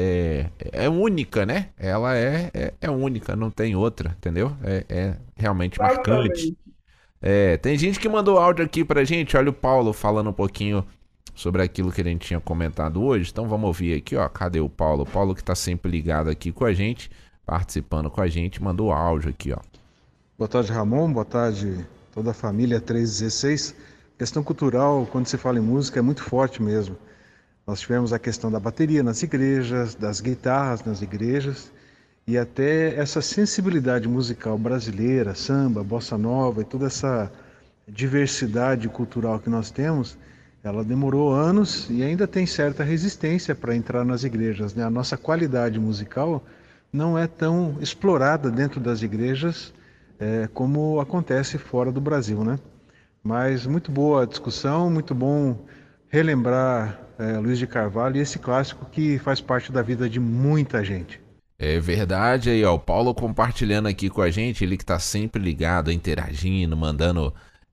Speaker 2: única, né? Ela é única, não tem outra, entendeu? É realmente marcante. Tem gente que mandou áudio aqui pra gente, olha o Paulo falando um pouquinho sobre aquilo que a gente tinha comentado hoje, então vamos ouvir aqui, ó, cadê o Paulo? O Paulo que tá sempre ligado aqui com a gente, participando com a gente, mandou áudio aqui, ó.
Speaker 13: Boa tarde, Ramon, boa tarde toda a família 316. Questão cultural, quando se fala em música, é muito forte mesmo. Nós tivemos a questão da bateria nas igrejas, das guitarras nas igrejas, e até essa sensibilidade musical brasileira, samba, bossa nova e toda essa diversidade cultural que nós temos, ela demorou anos e ainda tem certa resistência para entrar nas igrejas, né? A nossa qualidade musical não é tão explorada dentro das igrejas como acontece fora do Brasil, né? Mas muito boa a discussão, muito bom relembrar Luiz de Carvalho e esse clássico que faz parte da vida de muita gente.
Speaker 2: É verdade aí, ó, o Paulo compartilhando aqui com a gente, ele que tá sempre ligado, interagindo, mandando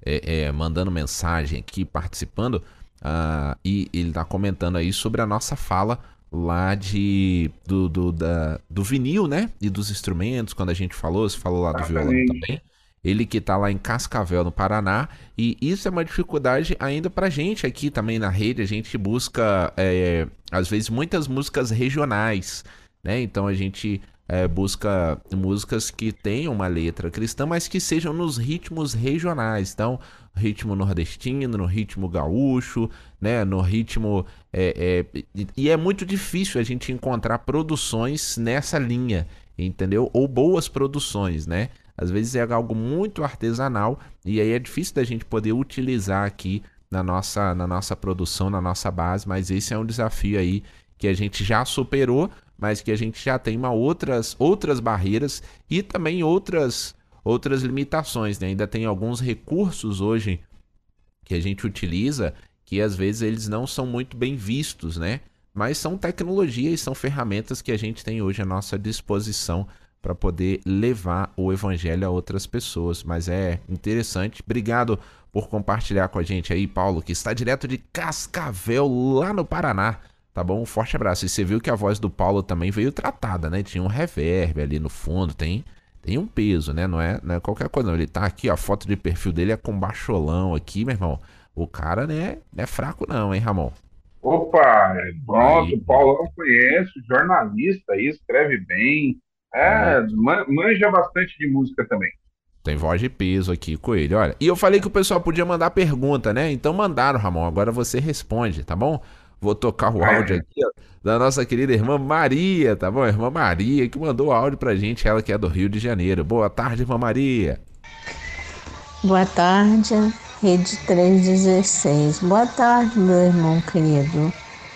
Speaker 2: mensagem aqui, participando, e ele tá comentando aí sobre a nossa fala lá do vinil, né, e dos instrumentos, quando a gente falou, você falou lá do violão também. Ele que tá lá em Cascavel, no Paraná, e isso é uma dificuldade ainda pra gente aqui também na rede, a gente busca, às vezes, muitas músicas regionais, né, então a gente busca músicas que tenham uma letra cristã, mas que sejam nos ritmos regionais, então, ritmo nordestino, no ritmo gaúcho, né, no ritmo... e é muito difícil a gente encontrar produções nessa linha, entendeu? Ou boas produções, né? Às vezes é algo muito artesanal e aí é difícil da gente poder utilizar aqui na nossa produção, na nossa base, mas esse é um desafio aí que a gente já superou, mas que a gente já tem outras barreiras e também outras limitações, né? Ainda tem alguns recursos hoje que a gente utiliza que às vezes eles não são muito bem vistos, né? Mas são tecnologias, são ferramentas que a gente tem hoje à nossa disposição para poder levar o evangelho a outras pessoas. Mas é interessante. Obrigado por compartilhar com a gente aí, Paulo, que está direto de Cascavel, lá no Paraná. Tá bom? Um forte abraço. E você viu que a voz do Paulo também veio tratada, né? Tinha um reverb ali no fundo, tem um peso, né? Não é qualquer coisa, não. Ele tá aqui, ó, a foto de perfil dele é com baixolão aqui, meu irmão. O cara, né, não é fraco não, hein, Ramon?
Speaker 3: Opa, pronto, o Paulo eu conheço, jornalista aí, escreve bem, manja bastante de música também.
Speaker 2: Tem voz de peso aqui com ele, olha. E eu falei que o pessoal podia mandar pergunta, né? Então mandaram, Ramon, agora você responde, tá bom? Vou tocar o áudio aqui, ó, da nossa querida irmã Maria, tá bom? Irmã Maria, que mandou o áudio pra gente, ela que é do Rio de Janeiro. Boa tarde, irmã Maria.
Speaker 14: Boa tarde, Rede 316. Boa tarde, meu irmão querido.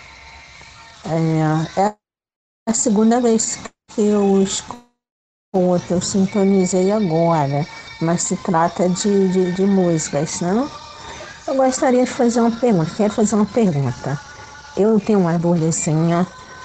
Speaker 14: É a segunda vez que eu escuto, eu sintonizei agora, mas se trata de músicas, não? Eu gostaria de fazer uma pergunta, quero fazer uma pergunta. Eu tenho uma dúvidazinha,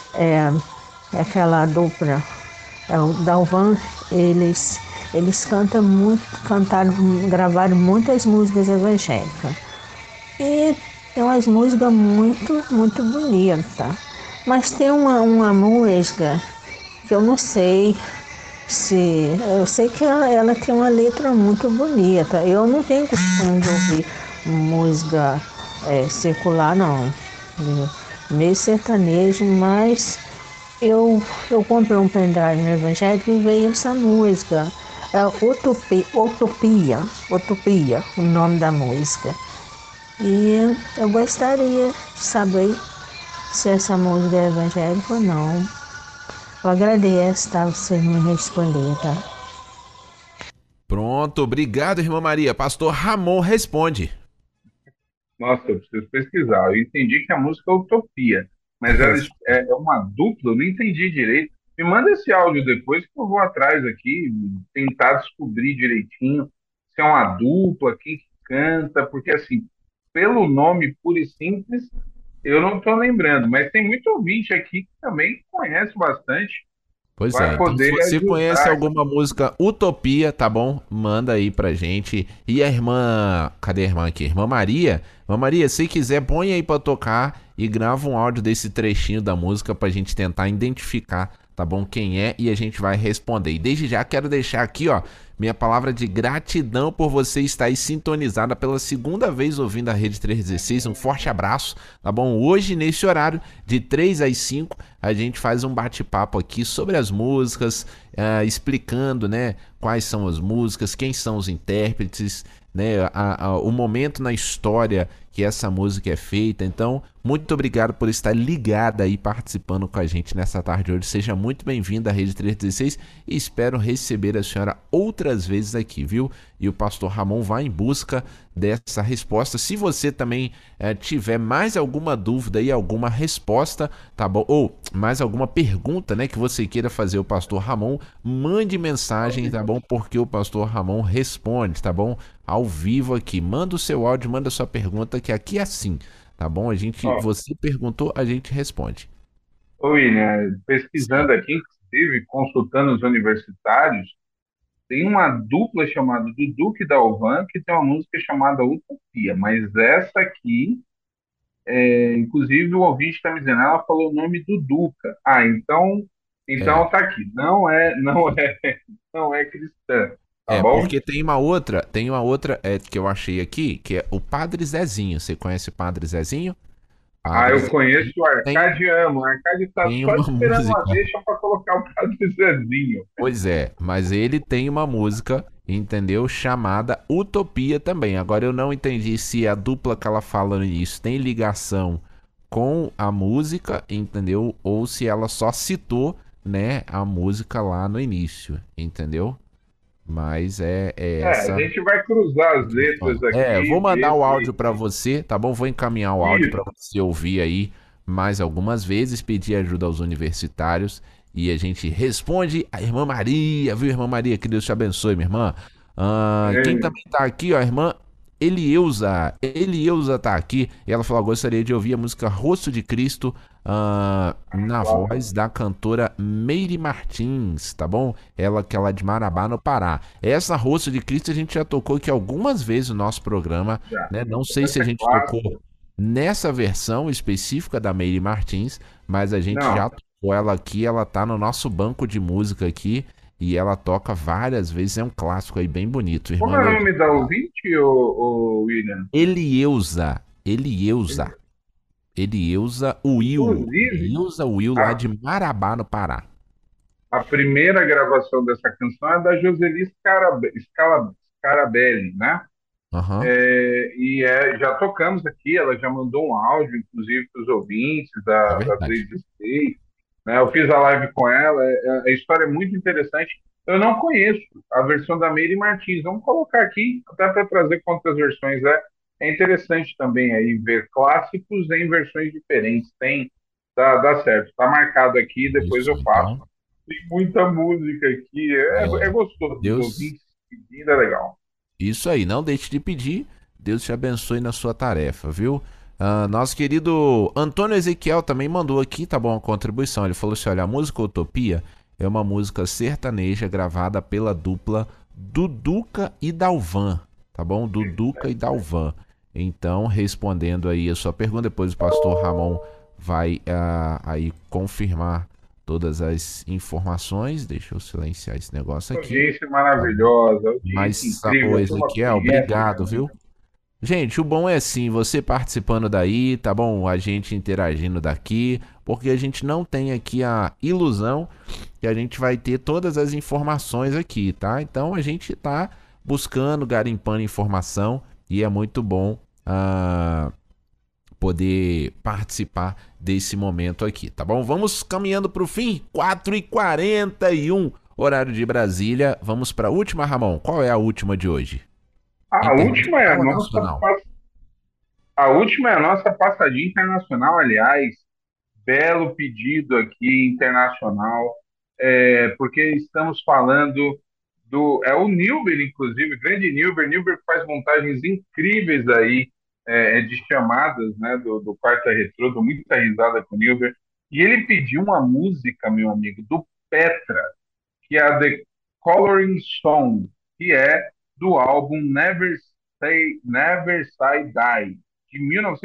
Speaker 14: aquela dupla, o Dalvan, eles cantam muito, gravaram muitas músicas evangélicas. E tem umas músicas muito, muito bonitas. Mas tem uma música que eu não sei se... Eu sei que ela tem uma letra muito bonita. Eu não tenho costume de ouvir música secular, não. Meio sertanejo, mas eu comprei um pendrive no evangélico e veio essa música. É Utopia, o nome da música. E eu gostaria de saber se essa música é evangélica ou não. Eu agradeço, tá? Você me responder, tá?
Speaker 2: Pronto, obrigado, irmã Maria. Pastor Ramon responde.
Speaker 3: Nossa, eu preciso pesquisar. Eu entendi que a música é Utopia, mas ela é uma dupla, eu não entendi direito. Me manda esse áudio depois que eu vou atrás aqui, tentar descobrir direitinho se é uma dupla, quem que canta, porque assim, pelo nome puro e simples, eu não estou lembrando, mas tem muito ouvinte aqui que também conhece bastante.
Speaker 2: Pois é, então se você conhece alguma música Utopia, tá bom? Manda aí pra gente. E a irmã... Cadê a irmã aqui? Irmã Maria? Irmã Maria, se quiser, põe aí pra tocar e grava um áudio desse trechinho da música pra gente tentar identificar, tá bom? Quem é, e a gente vai responder. E desde já quero deixar aqui, ó, minha palavra de gratidão por você estar aí sintonizada pela segunda vez ouvindo a Rede 316. Um forte abraço, tá bom? Hoje, nesse horário, de 3 às 5, a gente faz um bate-papo aqui sobre as músicas, explicando, né, quais são as músicas, quem são os intérpretes, né, o momento na história que essa música é feita. Então, muito obrigado por estar ligada aí, participando com a gente nessa tarde de hoje. Seja muito bem-vindo à Rede 316 e espero receber a senhora outras vezes aqui, viu? E o pastor Ramon vai em busca dessa resposta. Se você também tiver mais alguma dúvida e alguma resposta, tá bom? Ou mais alguma pergunta, né, que você queira fazer ao pastor Ramon, mande mensagem, tá bom? Porque o pastor Ramon responde, tá bom? Ao vivo aqui. Manda o seu áudio, manda a sua pergunta, que aqui é assim, tá bom? Você perguntou, a gente responde.
Speaker 3: Ô, William, pesquisando aqui, inclusive, consultando os universitários, tem uma dupla chamada Dudu e Dalvan, que tem uma música chamada Utopia, mas essa aqui, inclusive o ouvinte está me dizendo, ela falou o nome do Duca. Então tá aqui, não é cristã. Tá bom?
Speaker 2: Porque tem uma outra que eu achei aqui, que é o Padre Zezinho. Você conhece o Padre Zezinho?
Speaker 3: Eu conheço o Arcade, amo. O Arcade tá só esperando uma deixa pra colocar o Padre Zezinho.
Speaker 2: Pois é, mas ele tem uma música, entendeu? Chamada Utopia também. Agora eu não entendi se a dupla que ela fala nisso tem ligação com a música, entendeu? Ou se ela só citou, né, a música lá no início, entendeu? Mas essa...
Speaker 3: a gente vai cruzar as letras aqui.
Speaker 2: Vou mandar o áudio para você, tá bom? Vou encaminhar o áudio para você ouvir aí mais algumas vezes, pedir ajuda aos universitários e a gente responde a irmã Maria, viu, irmã Maria? Que Deus te abençoe, minha irmã. Quem também tá aqui, ó, a irmã Elieusa tá aqui e ela falou: gostaria de ouvir a música Rosto de Cristo na voz da cantora Meire Martins, tá bom? Ela que é lá de Marabá, no Pará. Essa Rosto de Cristo a gente já tocou aqui algumas vezes no nosso programa, né? Não sei se a gente tocou nessa versão específica da Meire Martins, mas a gente já tocou ela aqui, ela tá no nosso banco de música aqui. E ela toca várias vezes, é um clássico aí bem bonito. Irmã.
Speaker 3: Como é o nome da ouvinte, William?
Speaker 2: Elieusa Will, lá de Marabá, no Pará.
Speaker 3: A primeira gravação dessa canção é da Joseli Scarabelli, né?
Speaker 2: Uhum.
Speaker 3: Já tocamos aqui, ela já mandou um áudio, inclusive, para os ouvintes da 316. Né, eu fiz a live com ela, a história é muito interessante. Eu não conheço a versão da Meire Martins. Vamos colocar aqui, até para trazer quantas versões é. É interessante também aí ver clássicos em versões diferentes. Dá certo. Está marcado aqui, depois eu faço. Tem muita música aqui, é gostoso.
Speaker 2: Deus...
Speaker 3: ouvintes pedindo, é legal.
Speaker 2: Isso aí, não deixe de pedir. Deus te abençoe na sua tarefa, viu? Nosso querido Antônio Ezequiel também mandou aqui, tá bom, a contribuição. Ele falou assim: olha, a música Utopia é uma música sertaneja gravada pela dupla Duduca e Dalvan, tá bom? Duduca e Dalvan. Então, respondendo aí a sua pergunta, depois o pastor Ramon vai aí confirmar todas as informações. Deixa eu silenciar esse negócio aqui.
Speaker 3: Audiência maravilhosa.
Speaker 2: Mas, Ezequiel, obrigado, viu? Gente, o bom é assim, você participando daí, tá bom? A gente interagindo daqui, porque a gente não tem aqui a ilusão que a gente vai ter todas as informações aqui, tá? Então a gente tá buscando, garimpando informação e é muito bom poder participar desse momento aqui, tá bom? Vamos caminhando pro fim, 4h41, horário de Brasília. Vamos pra última, Ramon. Qual é a última de hoje?
Speaker 3: A última é a nossa passadinha internacional, aliás. Belo pedido aqui, internacional, porque estamos falando o Nilber, inclusive, grande Nilber que faz montagens incríveis aí, de chamadas, né, do Quarta Retrô, dou muita risada com o Nilber, e ele pediu uma música, meu amigo, do Petra, que é a The Coloring Song, que é do álbum Never Say Die, de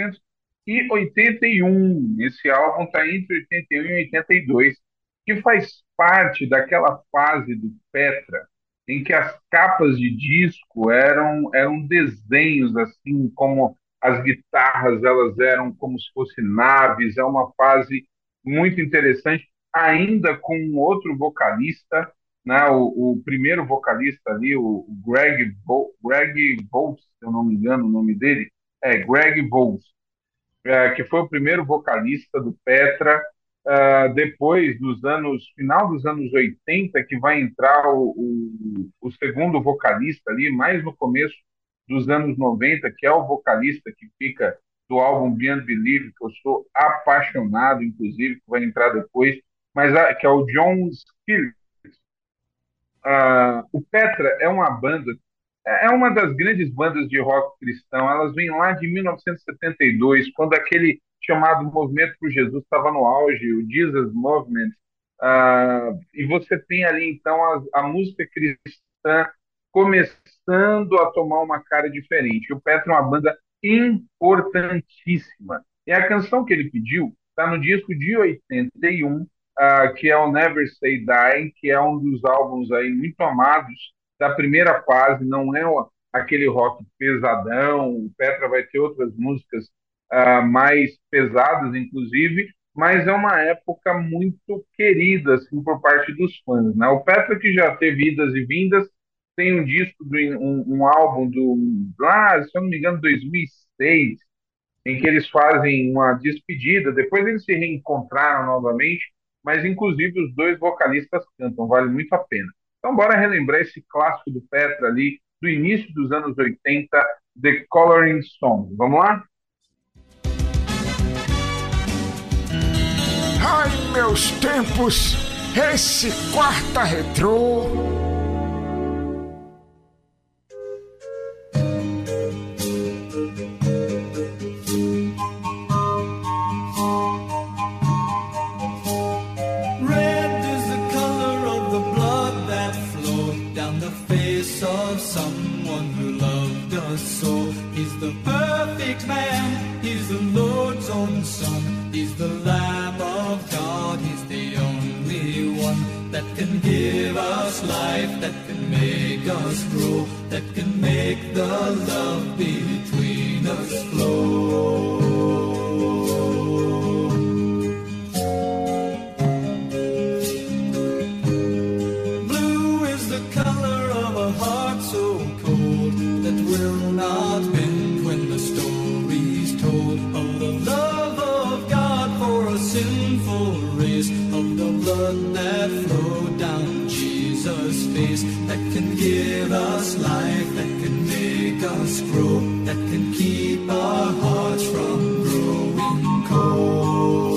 Speaker 3: 1981. Esse álbum está entre 81 e 82, que faz parte daquela fase do Petra, em que as capas de disco eram desenhos, assim, como as guitarras, elas eram como se fossem naves. É uma fase muito interessante, ainda com outro vocalista, né, o primeiro vocalista ali, o Greg Volz, se eu não me engano o nome dele, Greg Volz, que foi o primeiro vocalista do Petra. Depois, final dos anos 80, que vai entrar o segundo vocalista ali, mais no começo dos anos 90, que é o vocalista que fica do álbum Beyond Belief, que eu sou apaixonado, inclusive, que vai entrar depois, mas que é o John Skillet. O Petra é uma banda, é uma das grandes bandas de rock cristão. Elas vêm lá de 1972, quando aquele chamado Movimento por Jesus estava no auge, o Jesus Movement, e você tem ali então a música cristã começando a tomar uma cara diferente. O Petra é uma banda importantíssima, e a canção que ele pediu está no disco de 81, que é o Never Say Die, que é um dos álbuns aí muito amados da primeira fase. Não é aquele rock pesadão. O Petra vai ter outras músicas mais pesadas, inclusive, mas é uma época muito querida, assim, por parte dos fãs, né? O Petra, que já teve idas e vindas, tem um disco, um álbum se eu não me engano, 2006, em que eles fazem uma despedida. Depois eles se reencontraram novamente, mas inclusive os dois vocalistas cantam, vale muito a pena. Então bora relembrar esse clássico do Petra ali, do início dos anos 80, The Coloring Song. Vamos lá?
Speaker 6: Ai, meus tempos, esse Quarta Retrô.
Speaker 5: grow. He's the perfect man, he's the Lord's own son. He's the Lamb of God, he's the only one that can give us life, that can make us grow, that can make the love between us flow. Blue is the color of a heart so cold that will not bend when the story's told of the love of God for a sinful race, of the blood that flowed down Jesus' face, that can give us life, that can make us grow, that can keep our hearts from growing cold.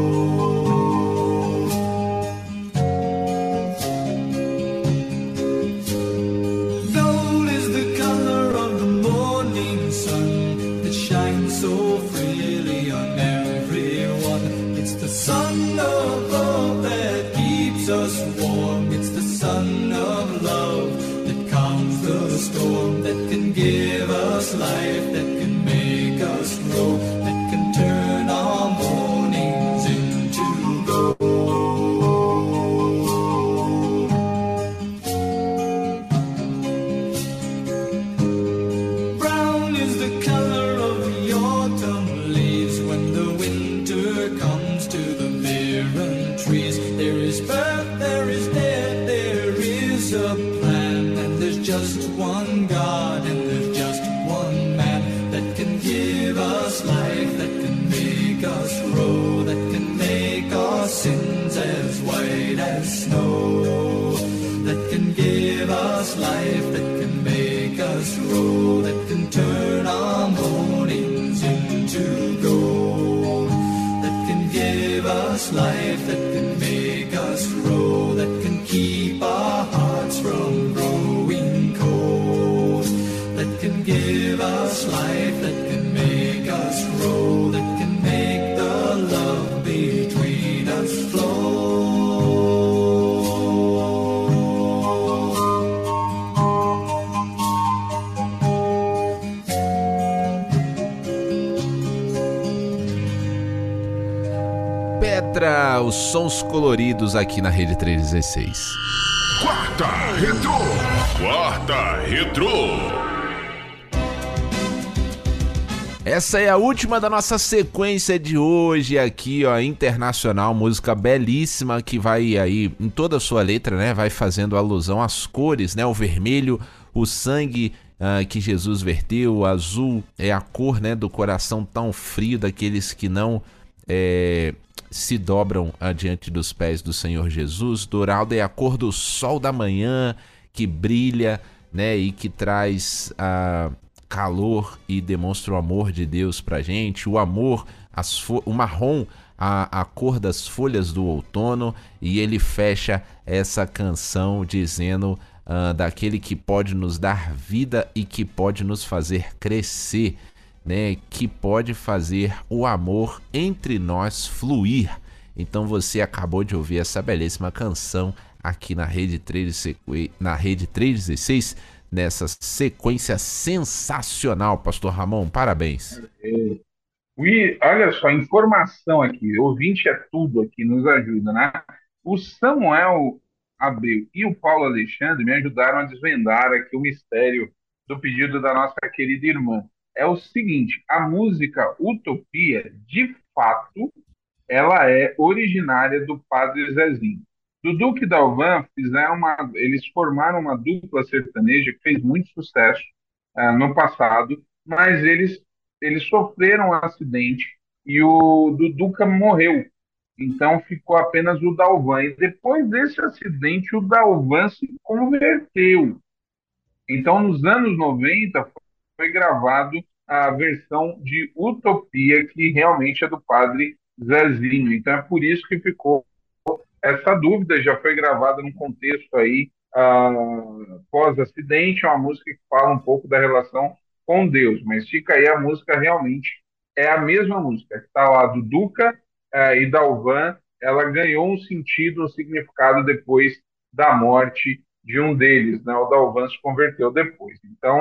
Speaker 5: Gold is the color of the morning sun that shines so freely on everyone. It's the sun of love that keeps us warm. It's the sun of love that calms the storm, that can give us life, that can make us grow, that can turn our mornings into gold. Brown is the color of the autumn leaves when the winter comes to the barren trees. There is birth, there is death, there is a plan, and there's just one God and there's just one man that can give us life, that can make us grow, that can make our sins as white as snow, that can give us life, that can make us grow, that can turn our mornings into gold, that can give us life, that can make us grow, that can keep our hearts from growing cold, that can give us life, that can make us grow, that can make the love between us flow.
Speaker 2: Petra, os sons coloridos aqui na Rede 316.
Speaker 6: Quarta Retrô.
Speaker 4: Quarta Retrô.
Speaker 2: Essa é a última da nossa sequência de hoje aqui, ó, internacional, música belíssima que vai aí em toda a sua letra, né, vai fazendo alusão às cores, né, o vermelho, o sangue que Jesus verteu, o azul é a cor, né, do coração tão frio daqueles que não se dobram diante dos pés do Senhor Jesus. Dourado é a cor do sol da manhã que brilha, né, e que traz calor e demonstra o amor de Deus pra gente. O amor, o marrom, a cor das folhas do outono, e ele fecha essa canção dizendo daquele que pode nos dar vida e que pode nos fazer crescer, né, que pode fazer o amor entre nós fluir. Então você acabou de ouvir essa belíssima canção aqui na Rede 316, nessa sequência sensacional, Pastor Ramon, parabéns.
Speaker 3: Olha só, informação aqui, ouvinte é tudo aqui, nos ajuda, né? O Samuel Abreu e o Paulo Alexandre me ajudaram a desvendar aqui o mistério do pedido da nossa querida irmã. É o seguinte, a música Utopia, de fato, ela é originária do Padre Zezinho. Dudu e Dalvan eles formaram uma dupla sertaneja que fez muito sucesso no passado, mas eles sofreram um acidente e o Duduca morreu. Então ficou apenas o Dalvan. E depois desse acidente, o Dalvan se converteu. Então, nos anos 90, foi gravado a versão de Utopia, que realmente é do Padre Zezinho. Então, é por isso que ficou essa dúvida. Já foi gravada num contexto aí pós-acidente, é uma música que fala um pouco da relação com Deus, mas fica aí, a música realmente é a mesma música, que está lá do Duca e Dalvan. Ela ganhou um sentido, um significado depois da morte de um deles, né? O Dalvan se converteu depois. Então,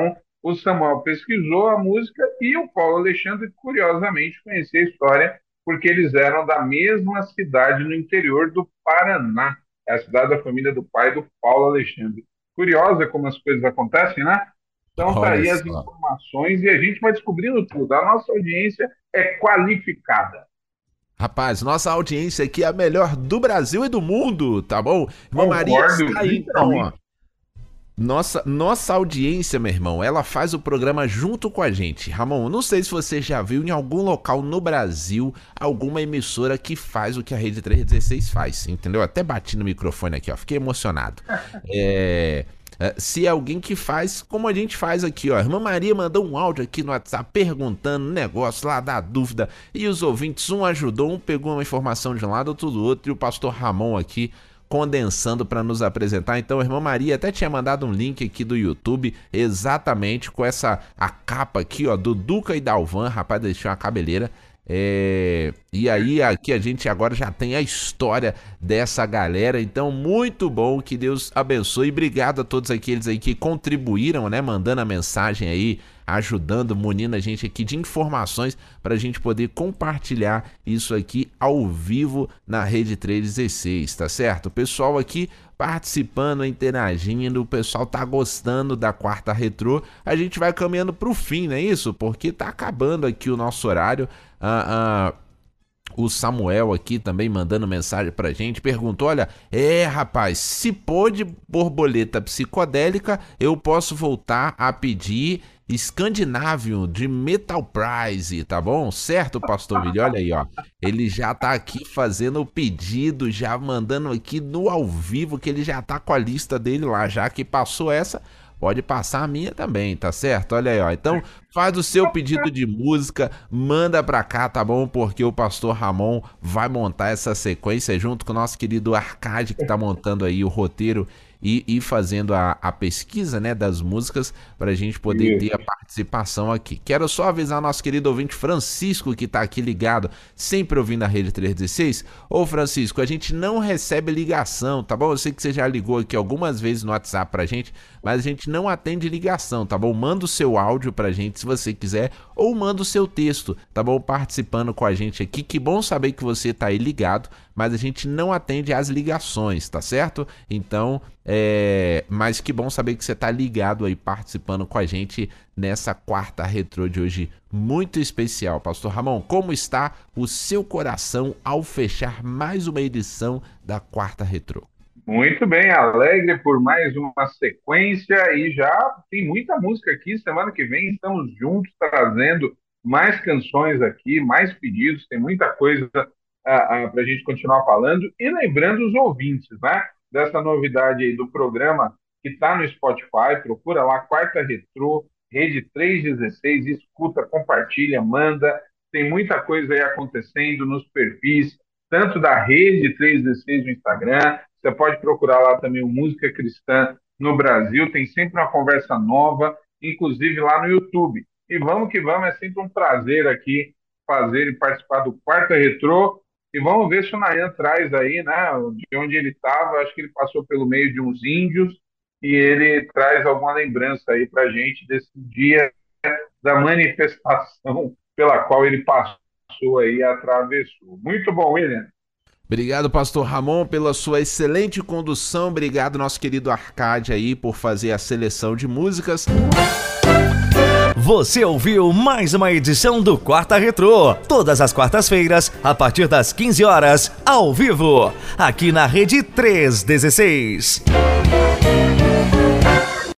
Speaker 3: o Samuel pesquisou a música e o Paulo Alexandre, curiosamente, conhecia a história, porque eles eram da mesma cidade no interior do Paraná. É a cidade da família do pai do Paulo Alexandre. Curiosa como as coisas acontecem, né? Então tá aí as informações e a gente vai descobrindo tudo. A nossa audiência é qualificada.
Speaker 2: Rapaz, nossa audiência aqui é a melhor do Brasil e do mundo, tá bom? Irmã Maria está aí, então, ó. Nossa audiência, meu irmão, ela faz o programa junto com a gente. Ramon, não sei se você já viu em algum local no Brasil alguma emissora que faz o que a Rede 316 faz, entendeu? Até bati no microfone aqui, ó, fiquei emocionado. Se é alguém que faz como a gente faz aqui, ó. A irmã Maria mandou um áudio aqui no WhatsApp perguntando negócio lá, da dúvida, e os ouvintes, um ajudou, um pegou uma informação de um lado, outro do outro, e o pastor Ramon aqui condensando para nos apresentar. Então, a irmã Maria até tinha mandado um link aqui do YouTube, exatamente com a capa aqui, ó, do Duca e Dalvan, rapaz, deixou a cabeleira. E aí aqui a gente agora já tem a história dessa galera, então muito bom, que Deus abençoe, e obrigado a todos aqueles aí que contribuíram, né, mandando a mensagem aí, ajudando, munindo a gente aqui de informações pra gente poder compartilhar isso aqui ao vivo na Rede 316, tá certo? O pessoal aqui participando, interagindo, o pessoal tá gostando da quarta retrô. A gente vai caminhando pro fim, não é isso? Porque tá acabando aqui o nosso horário. O Samuel aqui também mandando mensagem pra gente, perguntou, olha, rapaz, se pôde borboleta psicodélica, eu posso voltar a pedir Scandinavian de Metal Prize, tá bom? Certo, pastor Willi? Olha aí, ó, ele já tá aqui fazendo o pedido, já mandando aqui no ao vivo, que ele já tá com a lista dele lá, já que passou essa, pode passar a minha também, tá certo? Olha aí, ó. Então, faz o seu pedido de música, manda pra cá, tá bom? Porque o pastor Ramon vai montar essa sequência junto com o nosso querido Arcade, que tá montando aí o roteiro e fazendo a pesquisa, né, das músicas, pra gente poder ter a participação aqui. Quero só avisar nosso querido ouvinte Francisco, que tá aqui ligado, sempre ouvindo a Rede 316. Ô Francisco, a gente não recebe ligação, tá bom? Eu sei que você já ligou aqui algumas vezes no WhatsApp pra gente, mas a gente não atende ligação, tá bom? Manda o seu áudio pra gente se você quiser, ou manda o seu texto, tá bom? Participando com a gente aqui. Que bom saber que você tá aí ligado, mas a gente não atende as ligações, tá certo? Então, mas que bom saber que você tá ligado aí, participando com a gente nessa quarta retrô de hoje, muito especial. Pastor Ramon, como está o seu coração ao fechar mais uma edição da quarta retrô?
Speaker 3: Muito bem, alegre por mais uma sequência, e já tem muita música aqui. Semana que vem estamos juntos trazendo mais canções aqui, mais pedidos, tem muita coisa para a gente continuar falando. E lembrando os ouvintes, né, dessa novidade aí do programa que está no Spotify, procura lá, Quarta Retrô, Rede 316, escuta, compartilha, manda. Tem muita coisa aí acontecendo nos perfis, tanto da Rede 316 no Instagram. Você pode procurar lá também o Música Cristã no Brasil, tem sempre uma conversa nova, inclusive lá no YouTube. E vamos que vamos, é sempre um prazer aqui fazer e participar do Quarta Retrô. E vamos ver se o Nayan traz aí, né, de onde ele estava. Acho que ele passou pelo meio de uns índios e ele traz alguma lembrança aí pra gente desse dia da manifestação pela qual ele passou aí, atravessou. Muito bom, William.
Speaker 2: Obrigado, pastor Ramon, pela sua excelente condução. Obrigado, nosso querido Arcade aí, por fazer a seleção de músicas.
Speaker 1: Você ouviu mais uma edição do Quarta Retrô, todas as quartas-feiras, a partir das 15 horas, ao vivo, aqui na Rede 316.